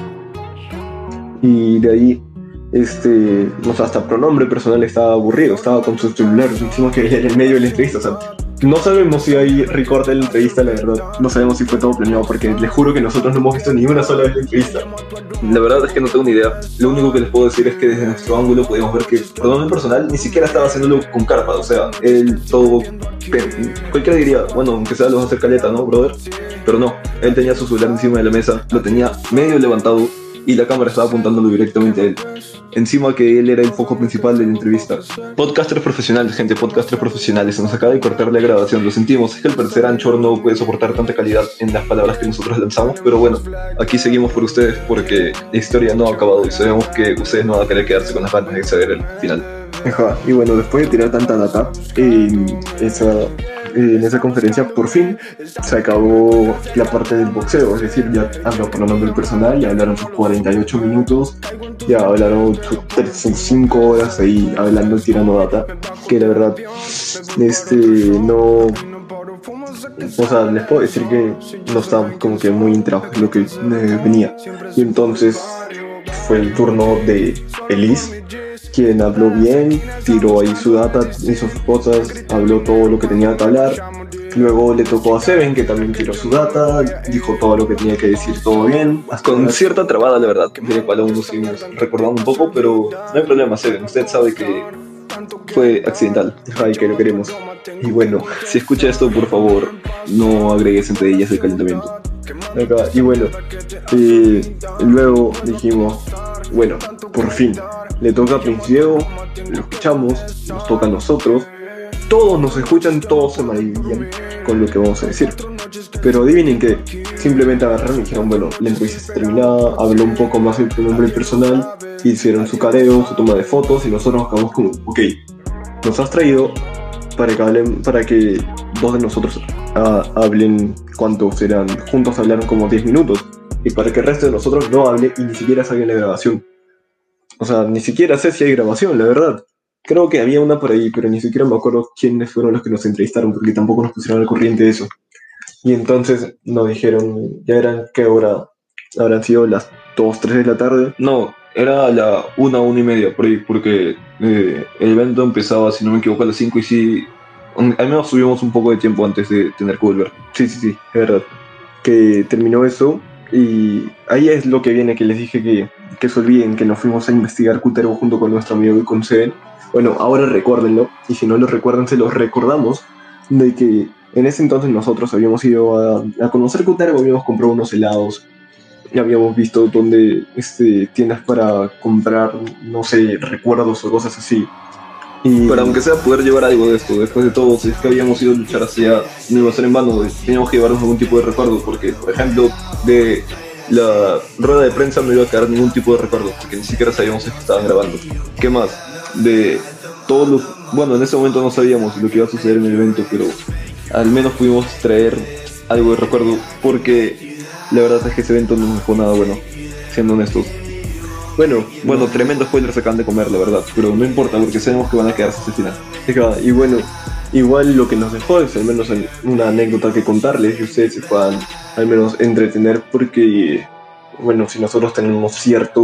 [SPEAKER 1] Y de ahí, no sé, hasta pronombre personal estaba aburrido, estaba con sus celulares, encima que era en medio de la entrevista, o sea, no sabemos si hay recorte de la entrevista, la verdad. No sabemos si fue todo planeado, porque les juro que nosotros no hemos visto ni una sola vez la entrevista. La verdad es que no tengo ni idea. Lo único que les puedo decir es que desde nuestro ángulo podíamos ver que el personal ni siquiera estaba haciéndolo con carpa. O sea, él todo... Cualquiera diría, bueno, aunque sea lo va a hacer caleta, ¿no, brother? Pero no, él tenía su celular encima de la mesa, lo tenía medio levantado y la cámara estaba apuntándolo directamente a él. Encima que él era el foco principal de la entrevista. Podcasters profesionales, gente, podcasters profesionales. Se nos acaba de cortar la grabación, lo sentimos. Es que al parecer Anchor no puede soportar tanta calidad en las palabras que nosotros lanzamos. Pero bueno, aquí seguimos por ustedes porque la historia no ha acabado y sabemos que ustedes no van a querer quedarse con las ganas de saber el final. Ajá, y bueno, después de tirar tanta data, en esa conferencia por fin se acabó la parte del boxeo, es decir, ya habló por lo menos del personal, ya hablaron sus 48 minutos, ya hablaron sus 5 horas ahí hablando y tirando data, que la verdad, no... O sea, les puedo decir que no estábamos como que muy entrados en lo que venía. Y entonces fue el turno de Elise, quien habló bien, tiró ahí su data, hizo sus cosas, habló todo lo que tenía que hablar. Luego le tocó a Seven, que también tiró su data, dijo todo lo que tenía que decir, todo bien. Con cierta trabada, la verdad, que de cual aún nos seguimos recordando un poco, pero no hay problema, Seven, usted sabe que fue accidental, ay, que lo queremos. Y bueno, si escucha esto, por favor, no agregues entre ellas el calentamiento. Acá, y bueno, luego dijimos, bueno, por fin, le toca a Prince Diego, lo escuchamos, nos toca a nosotros, todos nos escuchan, todos se maravillan con lo que vamos a decir. Pero adivinen que simplemente agarraron y dijeron, bueno, la entrevista está terminada, habló un poco más de tu nombre personal, hicieron su careo, su toma de fotos y nosotros nos quedamos como, ok, nos has traído para que dos de nosotros hablen, ¿cuántos eran? Juntos hablaron como 10 minutos y para que el resto de nosotros no hable y ni siquiera salga la grabación. O sea, ni siquiera sé si hay grabación, la verdad. Creo que había una por ahí, pero ni siquiera me acuerdo quiénes fueron los que nos entrevistaron porque tampoco nos pusieron al corriente de eso. Y entonces nos dijeron, ya eran, ¿qué hora? Habrán sido las 2, 3 de la tarde.
[SPEAKER 3] No, era la 1:30 por ahí, porque el evento empezaba, si no me equivoco, a las 5 y sí, al menos subimos un poco de tiempo antes de tener que volver.
[SPEAKER 1] Sí, es verdad. Que terminó eso y ahí es lo que viene, que les dije que se olviden que nos fuimos a investigar Cutero junto con nuestro amigo y con Seven. Bueno, ahora recuérdenlo, y si no lo recuerdan, se los recordamos, de que en ese entonces nosotros habíamos ido a conocer Cutero, habíamos comprado unos helados, habíamos visto donde tiendas para comprar, no sé, recuerdos o cosas así.
[SPEAKER 3] Y para aunque sea poder llevar algo de esto, después de todo, si es que habíamos ido a luchar hacia, no iba a ser en vano, teníamos que llevarnos algún tipo de recuerdo, porque, por ejemplo, de la rueda de prensa no iba a quedar ningún tipo de recuerdo, porque ni siquiera sabíamos si estaban grabando. ¿Qué más? De todos los... Bueno, en ese momento no sabíamos lo que iba a suceder en el evento, pero al menos pudimos traer algo de recuerdo, porque la verdad es que ese evento no nos dejó nada bueno, siendo honestos. Bueno, tremendo spoiler se acaban de comer, la verdad, pero no importa porque sabemos que van a quedarse hasta el final.
[SPEAKER 1] Y bueno, igual lo que nos dejó es al menos una anécdota que contarles y ustedes se puedan al menos entretener porque, bueno, si nosotros tenemos cierta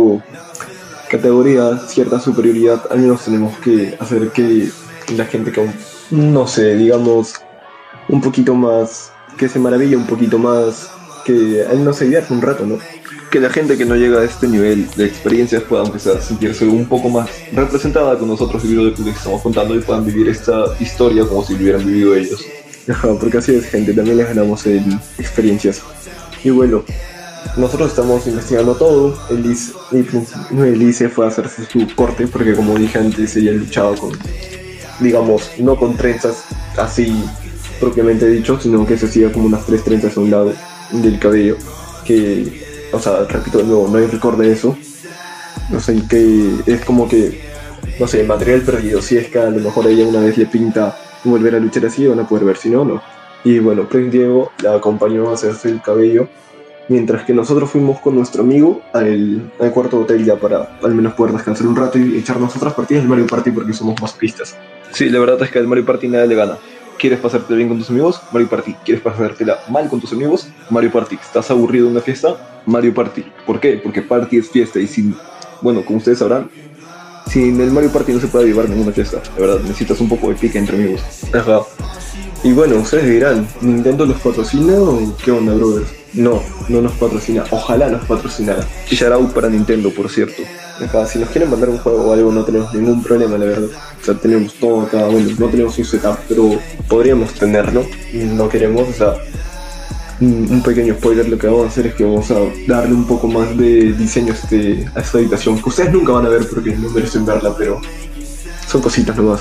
[SPEAKER 1] categoría, cierta superioridad, al menos tenemos que hacer que la gente que, no sé, digamos, un poquito más, que se maravilla un poquito más, que al menos se divierta un rato, ¿no?
[SPEAKER 3] Que la gente que no llega a este nivel de experiencias pueda, aunque sea, sentirse un poco más representada con nosotros debido a lo que estamos contando y puedan vivir esta historia como si lo hubieran vivido ellos.
[SPEAKER 1] Ajá, porque así es, gente, también les ganamos en experiencias. Y bueno, nosotros estamos investigando todo. Elise fue a hacerse su corte porque, como dije antes, ella luchaba con, digamos, no con trenzas así propiamente dicho, sino que se hacía como unas 3 trenzas a un lado del cabello, que, o sea, repito de nuevo, no hay récord de eso. No sé, que es como que, no sé, material perdido. Si es que a lo mejor a ella una vez le pinta volver a luchar así, van a poder ver, si no, no. Y bueno, Prince Diego la acompañó a hacerse el cabello, mientras que nosotros fuimos con nuestro amigo al cuarto hotel ya para al menos poder descansar un rato y echarnos otras partidas de Mario Party porque somos masoquistas.
[SPEAKER 3] Sí, la verdad es que al Mario Party nadie le gana. ¿Quieres pasártela bien con tus amigos? Mario Party. ¿Quieres pasártela mal con tus amigos? Mario Party. ¿Estás aburrido de una fiesta? Mario Party. ¿Por qué? Porque Party es fiesta y sin... Bueno, como ustedes sabrán, sin el Mario Party no se puede llevar ninguna fiesta. La verdad, necesitas un poco de pique entre amigos.
[SPEAKER 1] Ajá. Y bueno, ustedes dirán, ¿Nintendo los patrocina o qué onda, brothers? No nos patrocina. Ojalá nos patrocinara.
[SPEAKER 3] Shout out para Nintendo, por cierto.
[SPEAKER 1] Ajá, si nos quieren mandar un juego o algo no tenemos ningún problema, la verdad. O sea, tenemos todo acá, bueno, no tenemos un setup, pero podríamos tenerlo. No queremos, o sea, un pequeño spoiler, lo que vamos a hacer es que vamos a darle un poco más de diseño a esta habitación, que ustedes nunca van a ver porque no merecen verla, pero son cositas nomás.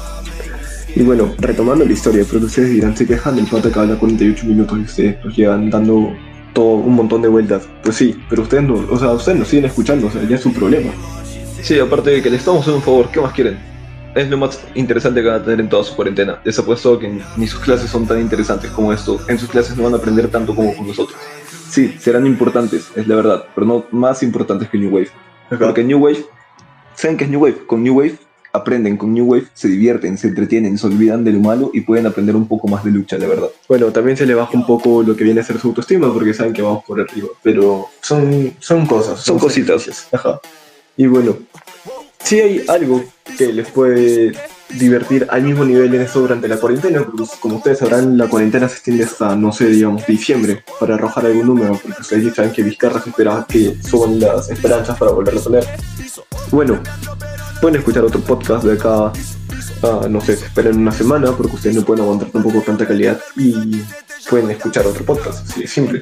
[SPEAKER 1] Y bueno, retomando la historia, pero ustedes dirán, se quejan del pata que habla 48 minutos y ustedes nos llevan dando todo un montón de vueltas. Pues sí, pero ustedes no, o sea, ustedes nos siguen escuchando, o sea, ya es su problema.
[SPEAKER 3] Sí, aparte de que le estamos haciendo un favor, ¿qué más quieren? Es lo más interesante que van a tener en toda su cuarentena. Les apuesto que ni sus clases son tan interesantes como esto. En sus clases no van a aprender tanto como con nosotros. Sí, serán importantes, es la verdad, pero no más importantes que New Wave. Porque New Wave, ¿saben qué es New Wave? Con New Wave aprenden, con New Wave se divierten, se entretienen, se olvidan de lo malo y pueden aprender un poco más de lucha, la verdad.
[SPEAKER 1] Bueno, también se le baja un poco lo que viene a ser su autoestima porque saben que vamos por arriba, pero son cosas.
[SPEAKER 3] Son cositas.
[SPEAKER 1] Ajá. Y bueno, sí hay algo que les puede divertir al mismo nivel en esto durante la cuarentena, porque como ustedes sabrán, la cuarentena se extiende hasta, no sé, digamos, diciembre, para arrojar algún número, porque ustedes saben que Vizcarra se espera que suban las esperanzas para volverlo a poner. Bueno, pueden escuchar otro podcast de acá, no sé, se esperen una semana, porque ustedes no pueden aguantar tampoco tanta calidad, y pueden escuchar otro podcast, así de simple.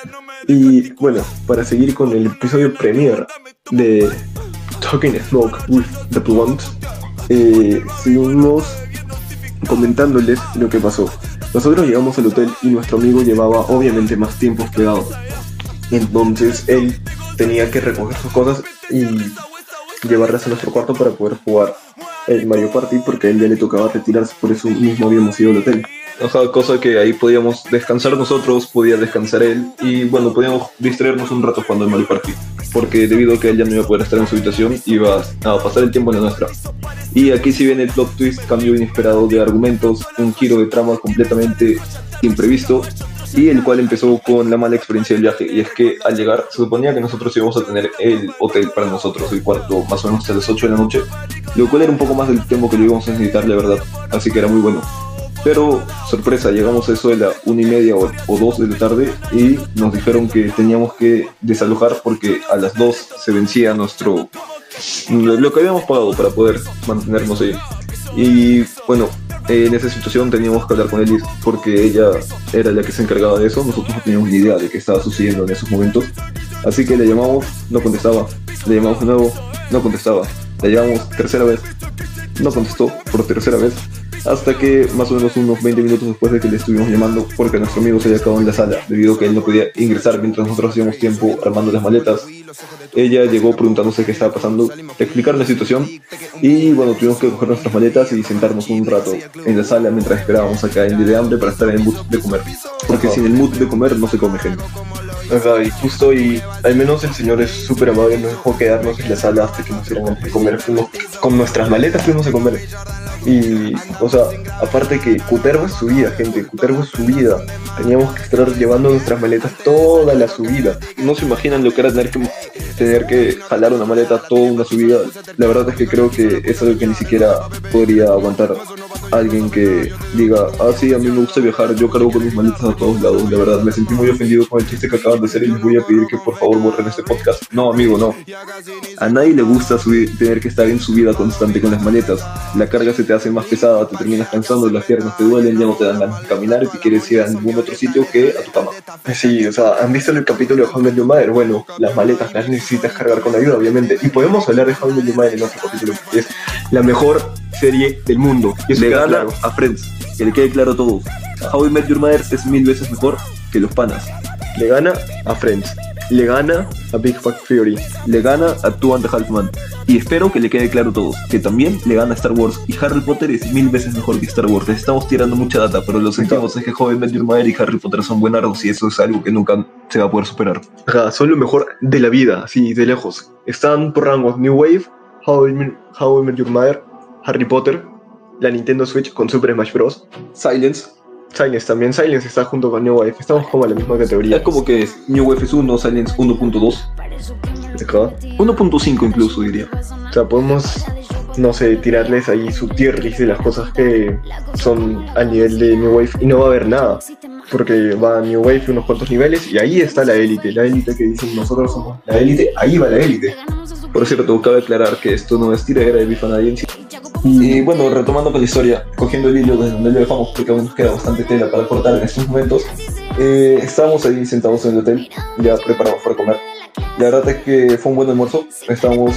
[SPEAKER 1] Y bueno, para seguir con el episodio premier de Talking Smoke with the Blunt, seguimos comentándoles lo que pasó. Nosotros llegamos al hotel y nuestro amigo llevaba obviamente más tiempo hospedado. Entonces él tenía que recoger sus cosas y llevarlas a nuestro cuarto para poder jugar el Mario Party, porque a él ya le tocaba retirarse, por eso mismo habíamos ido al hotel.
[SPEAKER 3] Ajá, cosa que ahí podíamos descansar nosotros, podía descansar él y bueno, podíamos distraernos un rato jugando el Mario Party, porque debido a que él ya no iba a poder estar en su habitación, iba a pasar el tiempo en la nuestra. Y aquí si viene el plot twist, cambio inesperado de argumentos, un giro de trama completamente imprevisto, y el cual empezó con la mala experiencia del viaje. Y es que al llegar se suponía que nosotros íbamos a tener el hotel para nosotros, el cuarto más o menos a las 8 de la noche, lo cual era un poco más del tiempo que lo íbamos a necesitar, la verdad, así que era muy bueno. Pero, sorpresa, llegamos a eso de la 1:30 o 2 de la tarde y nos dijeron que teníamos que desalojar porque a las 2 se vencía lo que habíamos pagado para poder mantenernos ahí. Y bueno, en esa situación teníamos que hablar con Elis porque ella era la que se encargaba de eso. Nosotros no teníamos ni idea de qué estaba sucediendo en esos momentos. Así que le llamamos, no contestaba. Le llamamos de nuevo, no contestaba. Le llamamos tercera vez, no contestó por tercera vez. Hasta que más o menos unos 20 minutos después de que le estuvimos llamando, porque nuestro amigo se había quedado en la sala debido a que él no podía ingresar mientras nosotros hacíamos tiempo armando las maletas, ella llegó preguntándose qué estaba pasando, explicar la situación y bueno, tuvimos que coger nuestras maletas y sentarnos un rato en la sala mientras esperábamos a caer de hambre para estar en el mood de comer, porque sin el mood de comer no se come, gente.
[SPEAKER 1] Ajá, y justo, y al menos el señor es súper amable, nos dejó quedarnos en la sala hasta que nos dieran de comer. Fuimos con nuestras maletas, fuimos a comer. Y, o sea, aparte que Cutervo es su vida, gente, Cutervo es su vida. Teníamos que estar llevando nuestras maletas toda la subida.
[SPEAKER 3] No se imaginan lo que era tener que jalar una maleta toda una subida. La verdad es que creo que es algo que ni siquiera podría aguantar alguien que diga, ah sí, a mí me gusta viajar, yo cargo con mis maletas a todos lados. La verdad, me sentí muy ofendido con el chiste que acaban de hacer y les voy a pedir que por favor borren este podcast. No, amigo, no. A nadie le gusta tener que estar en subida constante con las maletas. La carga se te hace más pesada, te terminas cansando, las piernas te duelen, ya no te dan ganas de caminar y te quieres ir a ningún otro sitio que a tu cama.
[SPEAKER 1] Sí, o sea, ¿han visto el capítulo de How I Met Your Mother? Bueno, las maletas las necesitas cargar con ayuda, obviamente. Y podemos hablar de How I Met Your Mother en otro capítulo, porque es la mejor serie del mundo.
[SPEAKER 3] Y le gana claro a Friends, que le quede claro a todos. How I Met Your Mother es 1000 veces mejor que Los Panas.
[SPEAKER 1] Le gana a Friends, le gana a Big Bang Theory,
[SPEAKER 3] le gana a Two and a Half Men. Y espero que le quede claro a todos que también le gana a Star Wars. Y Harry Potter es 1000 veces mejor que Star Wars. Les estamos tirando mucha data, pero lo sentimos, es que How I Met Your Mother y Harry Potter son buenardos y eso es algo que nunca se va a poder superar.
[SPEAKER 1] Ajá, son lo mejor de la vida, así de lejos. Están por rangos New Wave, How I Met Your Mother, Harry Potter, la Nintendo Switch con Super Smash Bros.
[SPEAKER 3] Silence
[SPEAKER 1] también, Silence está junto con New Wave, estamos como en la misma categoría.
[SPEAKER 3] Es como que New Wave es 1, Silence 1.2.
[SPEAKER 1] Ajá.
[SPEAKER 3] 1.5 incluso diría.
[SPEAKER 1] O sea, podemos, no sé, tirarles ahí su tier list de las cosas que son al nivel de New Wave y no va a haber nada. Porque va a New Wave unos cuantos niveles y ahí está la élite que dicen nosotros somos la élite, ahí va la élite.
[SPEAKER 3] Por cierto, cabe aclarar que esto no es tiradera de Bifa nadie. Y bueno, retomando con la historia, cogiendo el hilo desde donde lo dejamos, porque aún nos queda bastante tela para cortar en estos momentos, estábamos ahí sentados en el hotel, ya preparados para comer. La verdad es que fue un buen almuerzo. Estamos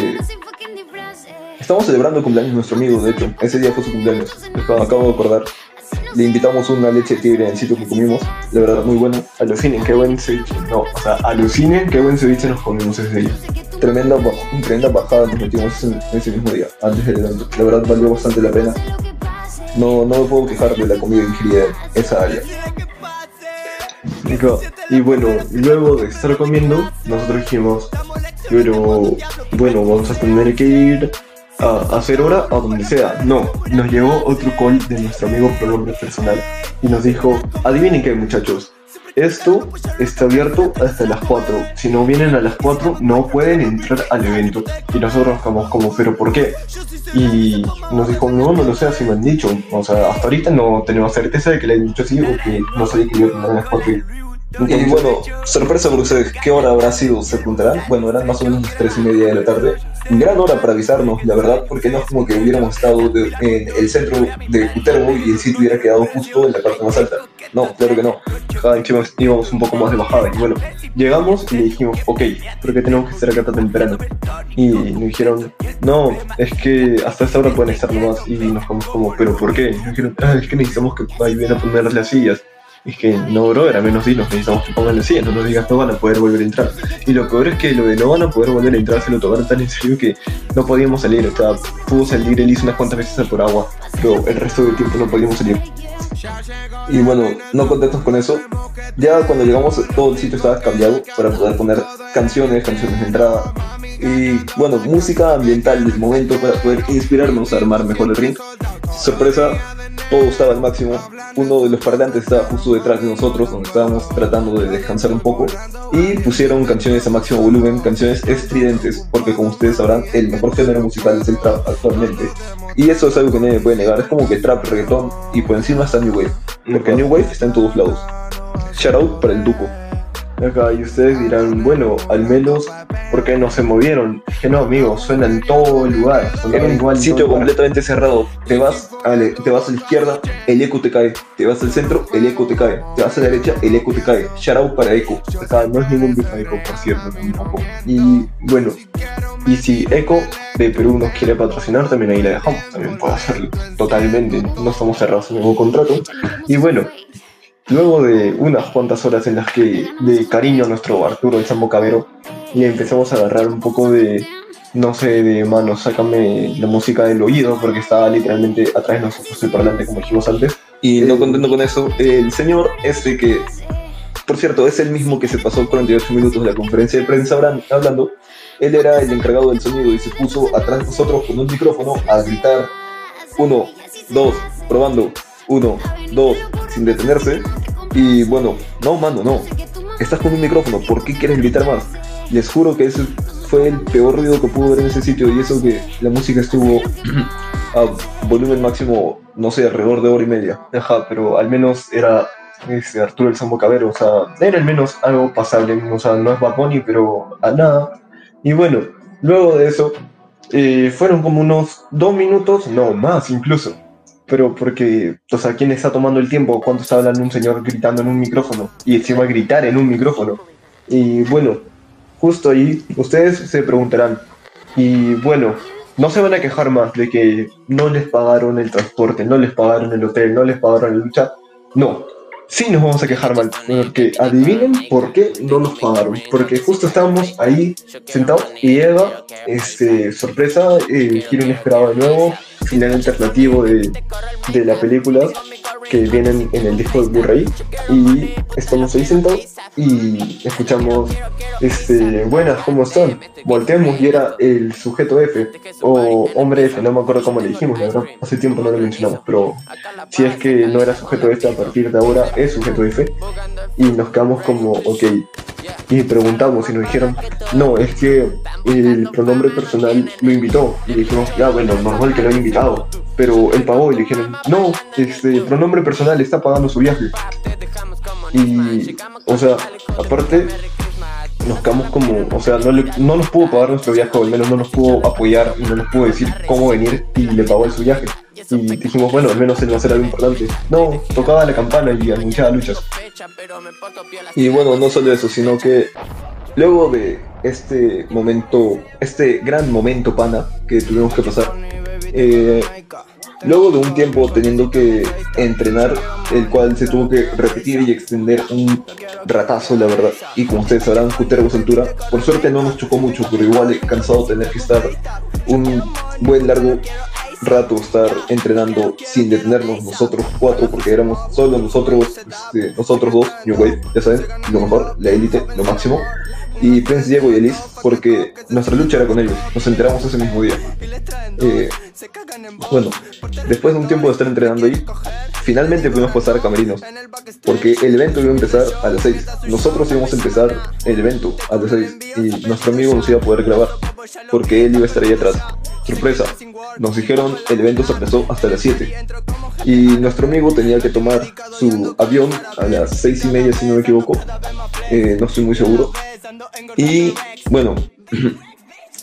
[SPEAKER 3] celebrando el cumpleaños de nuestro amigo, de hecho. Ese día fue su cumpleaños, acabo de acordar. Le invitamos una leche de tigre en el sitio que comimos, de verdad muy bueno.
[SPEAKER 1] Alucinen qué buen ceviche, alucinen qué buen ceviche nos comimos ese día.
[SPEAKER 3] Tremenda bajada nos metimos en ese mismo día, antes del evento. La verdad valió bastante la pena. No me puedo quejar de la comida ingerida en esa área.
[SPEAKER 1] Y bueno, luego de estar comiendo, nosotros dijimos, pero bueno, vamos a tener que ir a hacer hora a donde sea. No, nos llegó otro call de nuestro amigo pronombre personal y nos dijo, adivinen qué muchachos, esto está abierto hasta las 4, si no vienen a las 4 no pueden entrar al evento. Y nosotros estamos como, ¿pero por qué? Y nos dijo, no lo sé, así me han dicho, o sea, hasta ahorita no tenemos certeza de que le han dicho así o que no sabía que iban a las 4.
[SPEAKER 3] Y bueno, sorpresa por ustedes, ¿qué hora habrá sido? Se preguntarán. Bueno, eran más o menos las 3:30 de la tarde. gran hora para avisarnos, la verdad, porque no es como que hubiéramos estado en el centro de Cutervo y el sitio hubiera quedado justo en la parte más alta. No, claro que no. Cada encima íbamos un poco más de bajada y bueno, llegamos y le dijimos, ok, porque tenemos que estar acá tan temprano. Y nos dijeron, no, es que hasta esta hora pueden estar nomás. Y nos quedamos como, ¿pero por qué? Y nos dijeron, es que necesitamos que ayuden a poner las sillas. Y es que no, bro, al menos dinos, necesitamos que pongan las sillas, no nos digas no van a poder volver a entrar. Y lo peor es que lo de no van a poder volver a entrar se lo tomaron tan en serio que no podíamos salir. O sea, pudo salir Elise unas cuantas veces por agua, pero el resto del tiempo no podíamos salir. Y bueno, no contentos con eso, ya cuando llegamos todo el sitio estaba cambiado para poder poner canciones de entrada y bueno, música ambiental del momento para poder inspirarnos a armar mejor el ring. Sorpresa, todo estaba al máximo, uno de los parlantes estaba justo detrás de nosotros donde estábamos tratando de descansar un poco y pusieron canciones a máximo volumen, canciones estridentes, porque como ustedes sabrán el mejor género musical es el trap actualmente y eso es algo que nadie me puede negar, es como que trap, reggaetón y por encima está New Wave, porque New Wave está en todos lados. Shout out para el Duco.
[SPEAKER 1] Acá, y ustedes dirán, bueno, al menos, ¿por qué no se movieron? Es que no, amigos, suena en todo el lugar.
[SPEAKER 3] En un igual sitio completamente cerrado. Te vas a la izquierda, el eco te cae. Te vas al centro, el eco te cae. Te vas a la derecha, el eco te cae. Shout out para eco.
[SPEAKER 1] Acá no es ningún bifa eco, por cierto, tampoco. Y bueno, y si Eco de Perú nos quiere patrocinar, también ahí la dejamos. También puede hacerlo totalmente. No estamos cerrados en ningún contrato. Y bueno, luego de unas cuantas horas en las que de cariño a nuestro Arturo el Sambo Cabero le empezamos a agarrar un poco de, no sé, de mano, sácame la música del oído porque estaba literalmente atrás de nosotros el parlante como dijimos antes.
[SPEAKER 3] Y no contento con eso, el señor este que, por cierto, es el mismo que se pasó 48 minutos de la conferencia de prensa hablando, él era el encargado del sonido y se puso atrás de nosotros con un micrófono a gritar 1, 2, probando, 1, 2, sin detenerse. Y bueno, no mano, no, estás con un micrófono, ¿por qué quieres gritar más? Les juro que ese fue el peor ruido que pude ver en ese sitio y eso que la música estuvo a volumen máximo, no sé, alrededor de hora y media.
[SPEAKER 1] Ajá, pero al menos era Arturo el Sambo Cabero, o sea, era al menos algo pasable, o sea, no es Bad Bunny, pero a nada. Y bueno, luego de eso, fueron como unos 2 minutos, no, más incluso. Pero porque, o sea, ¿quién está tomando el tiempo? ¿Cuánto está hablando un señor gritando en un micrófono? Y encima gritar en un micrófono. Y bueno, justo ahí, ustedes se preguntarán, y bueno, no se van a quejar más de que no les pagaron el transporte, no les pagaron el hotel, no les pagaron el lucha. No, sí nos vamos a quejar mal, porque adivinen por qué no nos pagaron. Porque justo estábamos ahí sentados y llega, sorpresa, giro inesperado de nuevo, final alternativo de la película que vienen en el disco de Blu-ray y estamos ahí sentados y escuchamos buenas, ¿cómo están? Volteamos y era el sujeto F o hombre F, no me acuerdo cómo le dijimos, la verdad, hace tiempo no lo mencionamos, pero si es que no era sujeto F, a partir de ahora es sujeto F y nos quedamos como, ok, y preguntamos y nos dijeron, no, es que el pronombre personal lo invitó y dijimos, ya bueno, normal que lo haya invitado, pero él pagó y le dijeron, no, el pronombre personal está pagando su viaje. Y, o sea, aparte nos quedamos como, o sea, no nos pudo pagar nuestro viaje, o al menos no nos pudo apoyar y no nos pudo decir cómo venir y le pagó su viaje. Y dijimos, bueno, al menos él va a hacer algo importante. No, tocaba la campana y anunciaba luchas.
[SPEAKER 3] Y bueno, no solo eso, sino que luego de este momento, este gran momento pana que tuvimos que pasar, luego de un tiempo teniendo que entrenar, el cual se tuvo que repetir y extender un ratazo, la verdad, y como ustedes sabrán, Cutervo es altura, por suerte no nos chocó mucho, pero igual cansado tener que estar un buen largo rato estar entrenando sin detenernos nosotros 4, porque éramos solo nosotros dos, New Wave, ya saben, lo mejor, la élite, lo máximo, y Prince Diego y Elise, porque nuestra lucha era con ellos, nos enteramos ese mismo día. Bueno, después de un tiempo de estar entrenando ahí, finalmente pudimos pasar a camerinos, porque el evento iba a empezar a las 6, nosotros íbamos a empezar el evento a las 6, y nuestro amigo nos iba a poder grabar, porque él iba a estar ahí atrás. Sorpresa, nos dijeron el evento se aplazó hasta las 7 y nuestro amigo tenía que tomar su avión a las 6:30 si no me equivoco, no estoy muy seguro. Y bueno,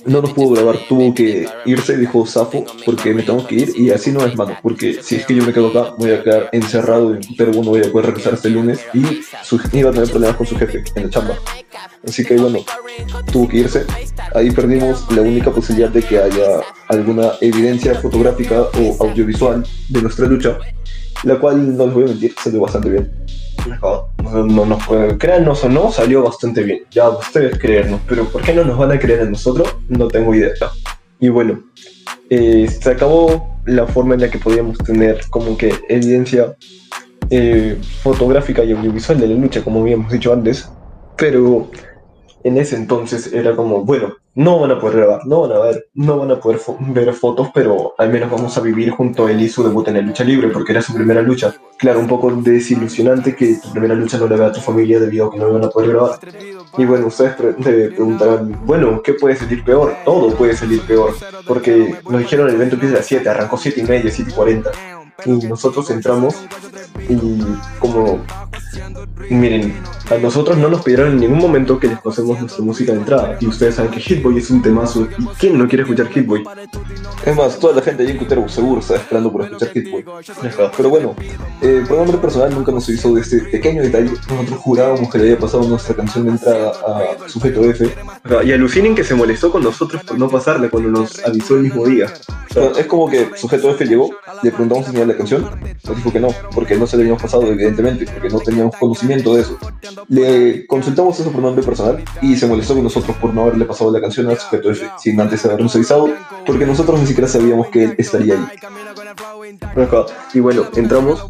[SPEAKER 3] no nos pudo grabar, tuvo que irse, dijo Safo, porque me tengo que ir y así no es, mano, porque si es que yo me quedo acá, voy a quedar encerrado en Perú, no voy a poder regresar hasta el lunes y iba a tener problemas con su jefe en la chamba. Así que bueno, tuvo que irse. Ahí perdimos la única posibilidad de que haya alguna evidencia fotográfica o audiovisual de nuestra lucha, la cual, no les voy a mentir, salió bastante bien.
[SPEAKER 1] No nos pueden, créannos o no, salió bastante bien. Ya ustedes creernos, pero ¿por qué no nos van a creer a nosotros? No tengo idea. Y bueno, se acabó la forma en la que podíamos tener como que evidencia fotográfica y audiovisual de la lucha, como habíamos dicho antes, pero en ese entonces era como, bueno, no van a poder grabar, no van a poder ver fotos, pero al menos vamos a vivir junto a él y su debut en la lucha libre, porque era su primera lucha. Claro, un poco desilusionante que tu primera lucha no la vea a tu familia debido a que no iban a poder grabar. Y bueno, ustedes te preguntarán, bueno, ¿qué puede salir peor? Todo puede salir peor, porque nos dijeron el evento empieza a las 7, arrancó 7:30, 7:40. Y nosotros entramos y como... Miren, a nosotros no nos pidieron en ningún momento que les pasemos nuestra música de entrada. Y ustedes saben que Hit Boy es un temazo. ¿Y quién no quiere escuchar Hit Boy?
[SPEAKER 3] Es más, toda la gente allí en Cutervo seguro está esperando por escuchar Hit Boy. Pero bueno, por nombre personal nunca nos hizo de este pequeño detalle. Nosotros jurábamos que le había pasado nuestra canción de entrada a Sujeto F.
[SPEAKER 1] Y alucinen que se molestó con nosotros por no pasarla cuando nos avisó el mismo día.
[SPEAKER 3] Pero es como que Sujeto F llegó, le preguntamos si tenía la canción, nos dijo que no, porque no se le habíamos pasado evidentemente, porque no teníamos conocimiento de eso. Le consultamos eso por nombre personal y se molestó con nosotros por no haberle pasado la canción al Sujeto F sin antes habernos avisado, porque nosotros ni siquiera sabíamos que él estaría ahí.
[SPEAKER 1] Y bueno, entramos,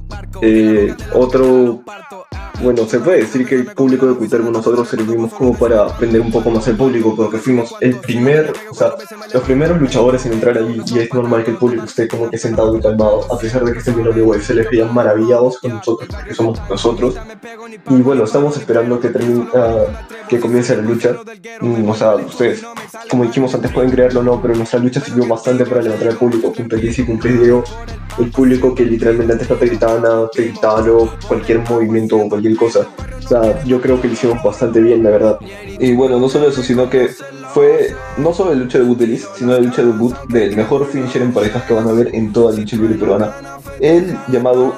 [SPEAKER 1] bueno, se puede decir que el público de Cutervo nosotros servimos como para aprender un poco más al público, porque fuimos los primeros luchadores en entrar allí, y es normal que el público esté como que sentado y calmado, a pesar de que estén viendo de UFC, se les veían maravillados con nosotros, porque somos nosotros. Y bueno, estamos esperando que que comience la lucha. Ustedes, como dijimos antes, pueden creerlo o no, pero nuestra lucha sirvió bastante para levantar al público, junto a Jesse, junto a Diego, el público que literalmente antes no te gritaba nada, te gritaba cualquier movimiento o cualquier cosa. Yo creo que lo hicimos bastante bien, la verdad.
[SPEAKER 3] Y bueno, no solo eso, sino que fue no solo la lucha debut de Liz, sino la lucha debut del mejor finisher en parejas que van a ver en toda la lucha libre peruana, el llamado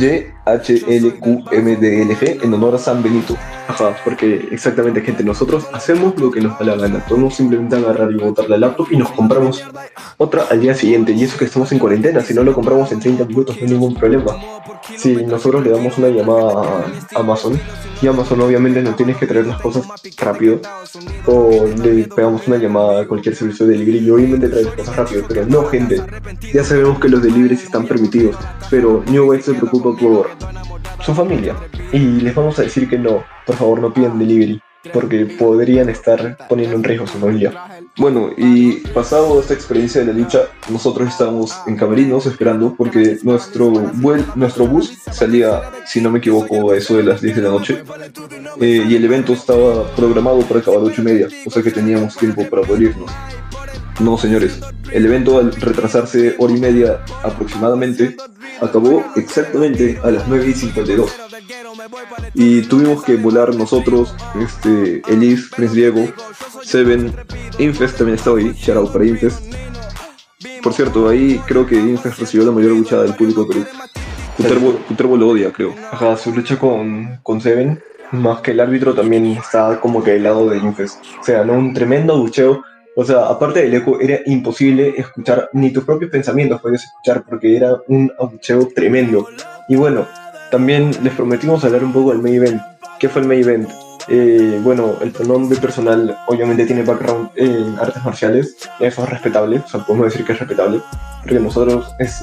[SPEAKER 3] YHLQMDLG, en honor a San Benito.
[SPEAKER 1] Porque exactamente, gente, nosotros hacemos lo que nos da la gana. Podemos simplemente agarrar y botar la laptop y nos compramos otra al día siguiente, y eso que estamos en cuarentena. Si no lo compramos en 30 minutos no hay ningún problema. Si nosotros le damos una llamada a Amazon, y Amazon obviamente no tienes que traer las cosas rápido, o le pegamos una llamada a cualquier servicio de delivery y obviamente trae las cosas rápido, pero no, gente, ya sabemos que los deliveries están permitidos, pero New Wave se preocupa por su familia, y les vamos a decir que no, por favor no pidan delivery, porque podrían estar poniendo en riesgo su familia.
[SPEAKER 3] Bueno, y pasado esta experiencia de la lucha, nosotros estábamos en camerinos esperando, porque nuestro bus salía, si no me equivoco, a eso de las 10 de la noche, y el evento estaba programado para acabar a 8:30, o sea que teníamos tiempo para poder irnos. No, señores, el evento, al retrasarse hora y media aproximadamente, acabó exactamente a las 9:52. Y tuvimos que volar nosotros, Elise, Prince Diego, Seven, Infest también estaba ahí, shout out para Infest. Por cierto, ahí creo que Infest recibió la mayor luchada del público de Perú. Cutervo lo odia, creo.
[SPEAKER 1] Su lucha con Seven, más que el árbitro, también está como que del lado de Infest. O sea, no, un tremendo bucheo. Aparte del eco, era imposible escuchar, ni tus propios pensamientos podías escuchar, porque era un abucheo tremendo. Y bueno, también les prometimos hablar un poco del main event. ¿Qué fue el main event? El pronombre personal obviamente tiene background en artes marciales. Eso es respetable, podemos decir que es respetable, porque nosotros,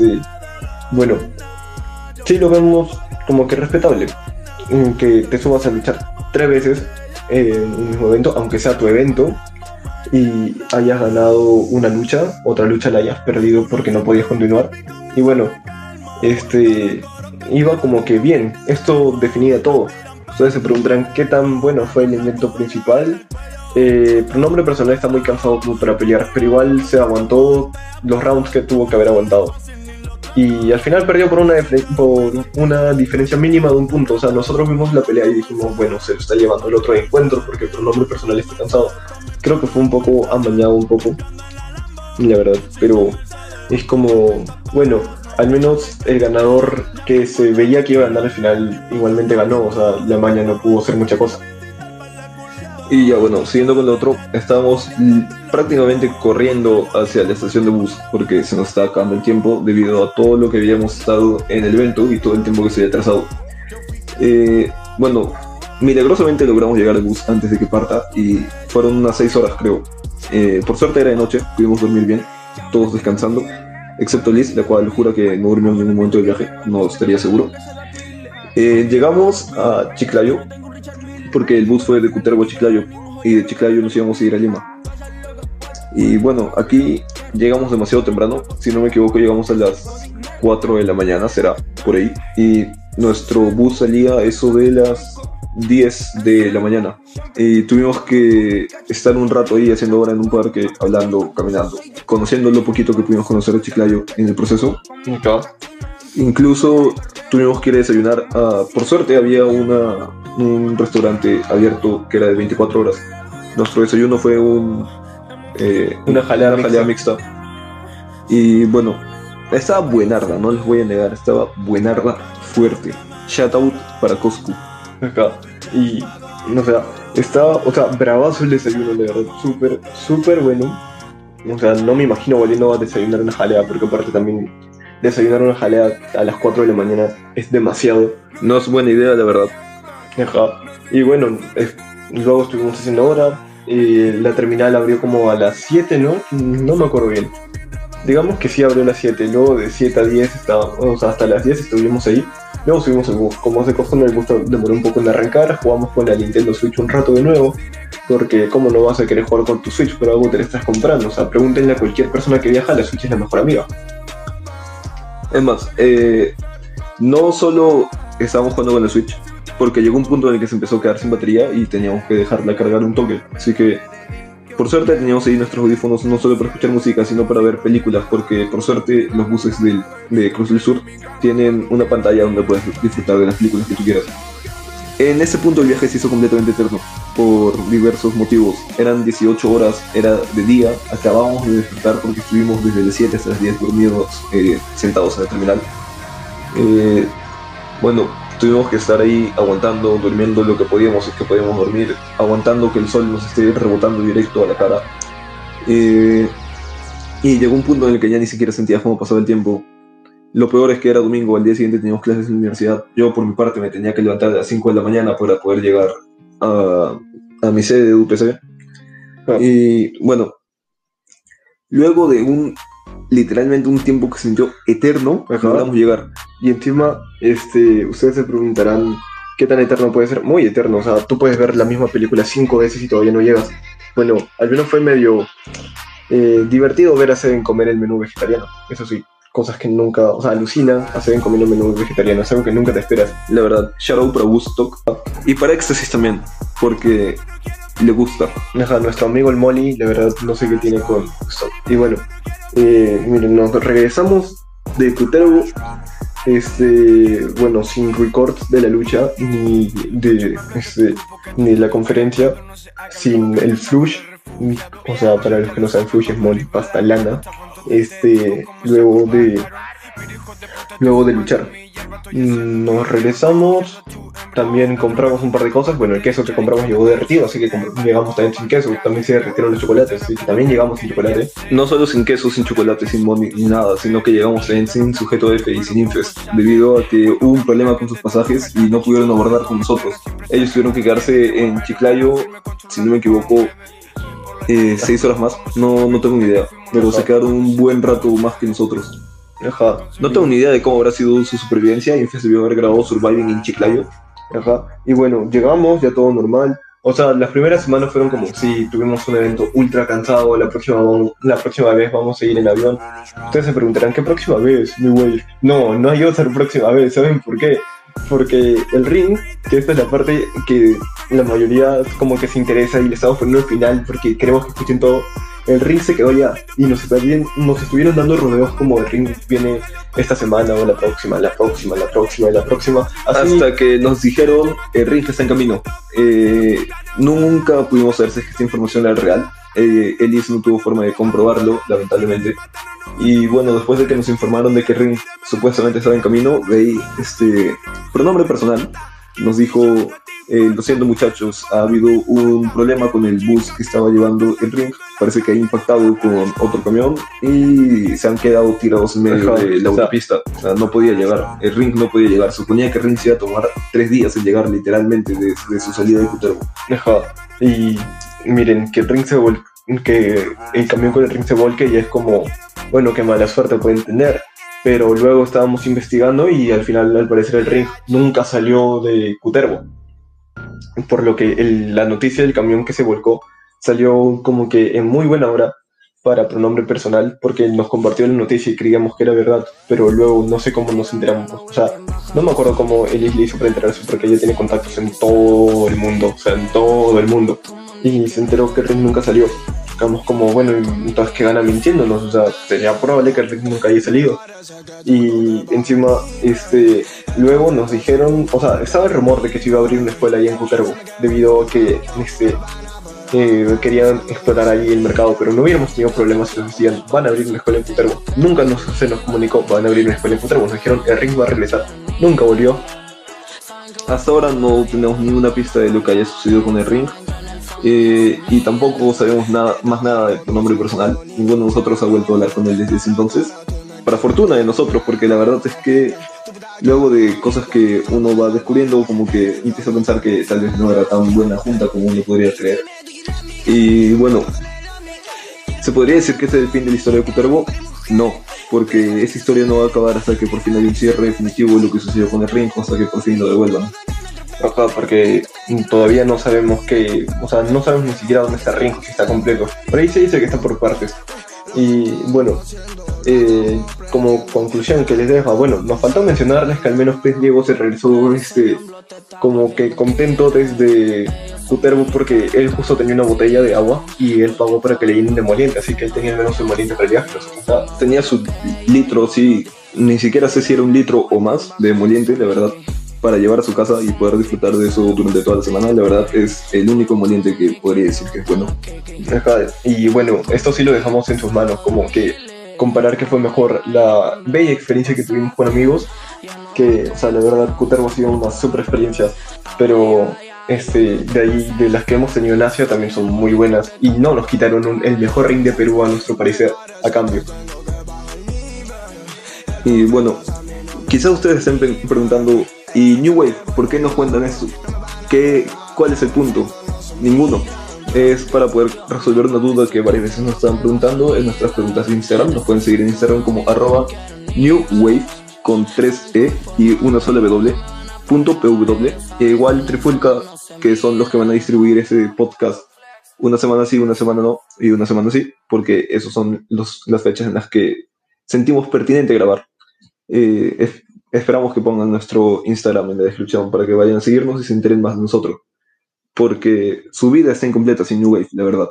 [SPEAKER 1] sí lo vemos como que respetable. Que te subas a luchar 3 veces en un mismo evento, aunque sea tu evento, y hayas ganado una lucha, otra lucha la hayas perdido porque no podías continuar. Y bueno, iba como que bien, esto definía todo. Ustedes se preguntarán qué tan bueno fue el evento principal. Pronombre personal está muy cansado como para pelear, pero igual se aguantó los rounds que tuvo que haber aguantado. Y al final perdió por una diferencia mínima de un punto. Nosotros vimos la pelea y dijimos, bueno, se lo está llevando el otro de encuentro porque el pronombre personal está cansado. creo que fue un poco amañado un poco, la verdad, pero es como, bueno, al menos el ganador que se veía que iba a ganar al final igualmente ganó, o sea, la maña no pudo hacer mucha cosa.
[SPEAKER 3] Y ya bueno, siguiendo con lo otro, estábamos prácticamente corriendo hacia la estación de bus porque se nos estaba acabando el tiempo debido a todo lo que habíamos estado en el evento y todo el tiempo que se había atrasado. Bueno, milagrosamente logramos llegar al bus antes de que parta y fueron unas 6 horas creo. Por suerte era de noche, pudimos dormir bien, todos descansando, excepto Liz, la cual jura que no durmió en ningún momento del viaje, no estaría seguro. Llegamos a Chiclayo, porque el bus fue de Cutervo a Chiclayo, y de Chiclayo nos íbamos a ir a Lima. Y bueno, aquí llegamos demasiado temprano, si no me equivoco llegamos a las 4 de la mañana, será por ahí, y nuestro bus salía eso de las 10 de la mañana. Y tuvimos que estar un rato ahí haciendo hora en un parque, hablando, caminando, conociendo lo poquito que pudimos conocer de Chiclayo en el proceso. Incluso tuvimos que ir a desayunar. Por suerte había un restaurante abierto que era de 24 horas. Nuestro desayuno fue una jalea mixta. Y bueno, estaba buenarda, no les voy a negar, estaba buenarda fuerte. Shout out para Coscu.
[SPEAKER 1] Acá. Y, o sea, estaba, bravazo el desayuno, de verdad, súper bueno. O sea, no me imagino volviendo a desayunar una jalea, porque aparte también desayunar una jalea a las 4 de la mañana es demasiado.
[SPEAKER 3] No es buena idea, la verdad.
[SPEAKER 1] Ajá. Y bueno, luego estuvimos haciendo hora. La terminal abrió como a las 7, ¿no? No me acuerdo bien. Digamos que sí abrió a las 7. Luego de 7 a 10 hasta las 10 estuvimos ahí. Luego subimos el bus. Como se costumbre, el bus demoró un poco en arrancar. Jugamos con la Nintendo Switch un rato de nuevo. Porque cómo no vas a querer jugar con tu Switch, pero algo te la estás comprando. O sea, pregúntenle a cualquier persona que viaja, la Switch es la mejor amiga.
[SPEAKER 3] Es más, no solo estábamos jugando con la Switch, porque llegó un punto en el que se empezó a quedar sin batería y teníamos que dejarla cargar un toque. Así que, por suerte, teníamos ahí nuestros audífonos no solo para escuchar música, sino para ver películas, porque por suerte los buses de Cruz del Sur tienen una pantalla donde puedes disfrutar de las películas que tú quieras. En ese punto el viaje se hizo completamente eterno, por diversos motivos. Eran 18 horas, era de día, acabábamos de despertar porque estuvimos desde las 7 hasta las 10 dormidos, sentados en la terminal. Bueno, tuvimos que estar ahí aguantando, durmiendo lo que podíamos, es que podíamos dormir, aguantando que el sol nos esté rebotando directo a la cara. Y llegó un punto en el que ya ni siquiera sentías cómo pasaba el tiempo. Lo peor es que era domingo, al día siguiente teníamos clases en la universidad. Yo por mi parte me tenía que levantar a las 5 de la mañana para poder llegar a mi sede de UPC. Y bueno, luego de literalmente un tiempo que se sintió eterno, logramos llegar.
[SPEAKER 1] Y encima, ustedes se preguntarán qué tan eterno puede ser. Muy eterno, o sea, tú puedes ver la misma película 5 veces y todavía no llegas. Bueno, al menos fue medio divertido ver a Seven comer el menú vegetariano, eso sí. Cosas que nunca, o sea, alucinan a Seven comiendo menú vegetariano, es algo que nunca te esperas.
[SPEAKER 3] La verdad, shout out para Woodstock y para Éxtasis también, porque le gusta.
[SPEAKER 1] Ajá, nuestro amigo el Molly, la verdad, no sé qué tiene con Woodstock. Y bueno, miren, nos regresamos de Cutervo, bueno, sin records de la lucha, ni de la conferencia, sin el flush, o sea, para los que no saben, flush es Molly, pasta lana. Luego de luchar nos regresamos, también compramos un par de cosas. Bueno, el queso que compramos llegó derretido, así que llegamos también sin queso. También se derritieron los chocolates, así que también llegamos sin chocolate.
[SPEAKER 3] No solo sin queso, sin chocolate, sin money ni nada, sino que llegamos también sin sujeto F y sin Infest, debido a que hubo un problema con sus pasajes y no pudieron abordar con nosotros. Ellos tuvieron que quedarse en Chiclayo, si no me equivoco, 6 horas más, no tengo ni idea, pero se quedaron un buen rato más que nosotros.
[SPEAKER 1] Ajá.
[SPEAKER 3] No tengo ni idea de cómo habrá sido su supervivencia. Infest debió haber grabado Surviving en Chiclayo.
[SPEAKER 1] Ajá. Y bueno, llegamos, ya todo normal. O sea, las primeras semanas fueron como, sí, tuvimos un evento ultra cansado, la próxima vez vamos a ir en avión. Ustedes se preguntarán, ¿qué próxima vez, mi güey? No hay otra próxima vez, ¿saben por qué? Porque el ring, que esta es la parte que la mayoría como que se interesa y le estamos poniendo al final porque queremos que escuchen todo, el ring se quedó allá y nos estuvieron dando rodeos como el ring viene esta semana o la próxima, así,
[SPEAKER 3] hasta que nos dijeron el ring está en camino. Nunca pudimos saber si esta información era real. Ellis no tuvo forma de comprobarlo, lamentablemente. Y bueno, después de que nos informaron de que el ring supuestamente estaba en camino, Bey, pronombre personal, nos dijo: lo siento muchachos, ha habido un problema con el bus que estaba llevando el ring, parece que ha impactado con otro camión y se han quedado tirados en medio de la autopista. O sea, no podía llegar, el ring no podía llegar, suponía que el ring se iba a tomar 3 días en llegar literalmente de su salida de Cutervo.
[SPEAKER 1] Y miren, que el camión con el ring se volque y es como, bueno, qué mala suerte pueden tener. Pero luego estábamos investigando y al final, al parecer, el ring nunca salió de Cutervo. Por lo que la noticia del camión que se volcó salió como que en muy buena hora para pronombre personal, porque nos compartió la noticia y creíamos que era verdad, pero luego no sé cómo nos enteramos. O sea, no me acuerdo cómo Ellis le hizo para enterarse, porque ella tiene contactos en todo el mundo, y se enteró que el ring nunca salió. Ficamos como, bueno, entonces que gana mintiéndonos, o sea, sería probable que el ring nunca haya salido. Y encima, luego nos dijeron, o sea, estaba el rumor de que se iba a abrir una escuela ahí en Cutervo, debido a que querían explotar ahí el mercado, pero no hubiéramos tenido problemas si nos decían, van a abrir una escuela en Cutervo. Nunca se nos comunicó, van a abrir una escuela en Cutervo, nos dijeron, el ring va a regresar, nunca volvió.
[SPEAKER 3] Hasta ahora no tenemos ninguna pista de lo que haya sucedido con el ring. Y tampoco sabemos más nada de pronombre personal. Ninguno de nosotros ha vuelto a hablar con él desde ese entonces, para fortuna de nosotros, porque la verdad es que luego de cosas que uno va descubriendo, como que empieza a pensar que tal vez no era tan buena junta como uno podría creer. Y bueno, ¿se podría decir que este es el fin de la historia de Cutervo? No, porque esa historia no va a acabar hasta que por fin haya un cierre definitivo de lo que sucedió con el ring, hasta que por fin lo devuelvan.
[SPEAKER 1] Porque todavía no sabemos no sabemos ni siquiera dónde está Ringo, si está completo. Por ahí se dice que está por partes. Y bueno, como conclusión que les dejo, bueno, nos faltó mencionarles que al menos Pez Diego se regresó como que contento desde Cutervo, porque él justo tenía una botella de agua y él pagó para que le llenen de emoliente, así que él tenía al menos emoliente para el viaje.
[SPEAKER 3] Tenía su litro, sí, ni siquiera sé si era 1 litro o más de emoliente, la verdad, para llevar a su casa y poder disfrutar de eso durante toda la semana. La verdad es el único emoliente que podría decir que es bueno.
[SPEAKER 1] Y bueno, esto sí lo dejamos en sus manos, como que comparar qué fue mejor, la bella experiencia que tuvimos con amigos, que, o sea, la verdad, Cutervo ha sido una super experiencia, pero de ahí, de las que hemos tenido en Asia, también son muy buenas, y no nos quitaron el mejor ring de Perú a nuestro parecer, a cambio.
[SPEAKER 3] Y bueno, quizás ustedes estén preguntando, ¿y New Wave? ¿Por qué nos cuentan esto? ¿Cuál es el punto? Ninguno. Es para poder resolver una duda que varias veces nos estaban preguntando en nuestras preguntas de Instagram. Nos pueden seguir en Instagram como @newwave con 3E y una sola W, .pw. E igual Trifulca, que son los que van a distribuir ese podcast una semana sí, una semana no y una semana sí, porque esos son las fechas en las que sentimos pertinente grabar. Esperamos que pongan nuestro Instagram en la descripción para que vayan a seguirnos y se enteren más de nosotros, porque su vida está incompleta sin New Wave, la verdad.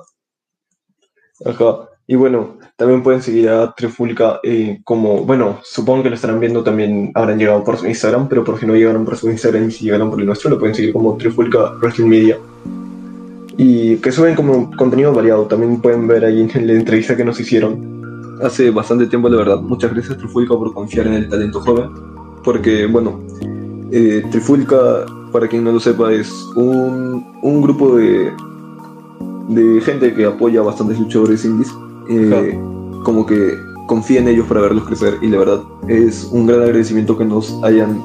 [SPEAKER 1] Y bueno, también pueden seguir a Trifulca como, bueno, supongo que lo estarán viendo, también habrán llegado por su Instagram, pero por si no llegaron por su Instagram y si llegaron por el nuestro, lo pueden seguir como Trifulca Wrestling Media, y que suben como contenido variado. También pueden ver ahí en la entrevista que nos hicieron
[SPEAKER 3] hace bastante tiempo, la verdad. Muchas gracias, Trifulca, por confiar en el talento joven, porque bueno, Trifulca, para quien no lo sepa, es un grupo de gente que apoya a bastantes luchadores indies, como que confía en ellos para verlos crecer, y la verdad es un gran agradecimiento que nos hayan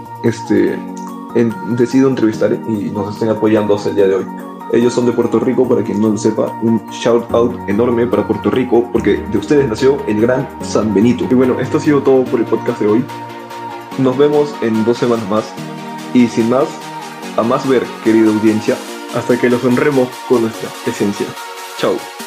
[SPEAKER 3] decidido entrevistar y nos estén apoyando hasta el día de hoy. Ellos son de Puerto Rico, para quien no lo sepa, un shout out enorme para Puerto Rico, porque de ustedes nació el gran San Benito.
[SPEAKER 1] Y bueno, esto ha sido todo por el podcast de hoy.
[SPEAKER 3] Nos vemos en 2 semanas más, y sin más, a más ver, querida audiencia,
[SPEAKER 1] hasta que los honremos con nuestra esencia.
[SPEAKER 3] Chao.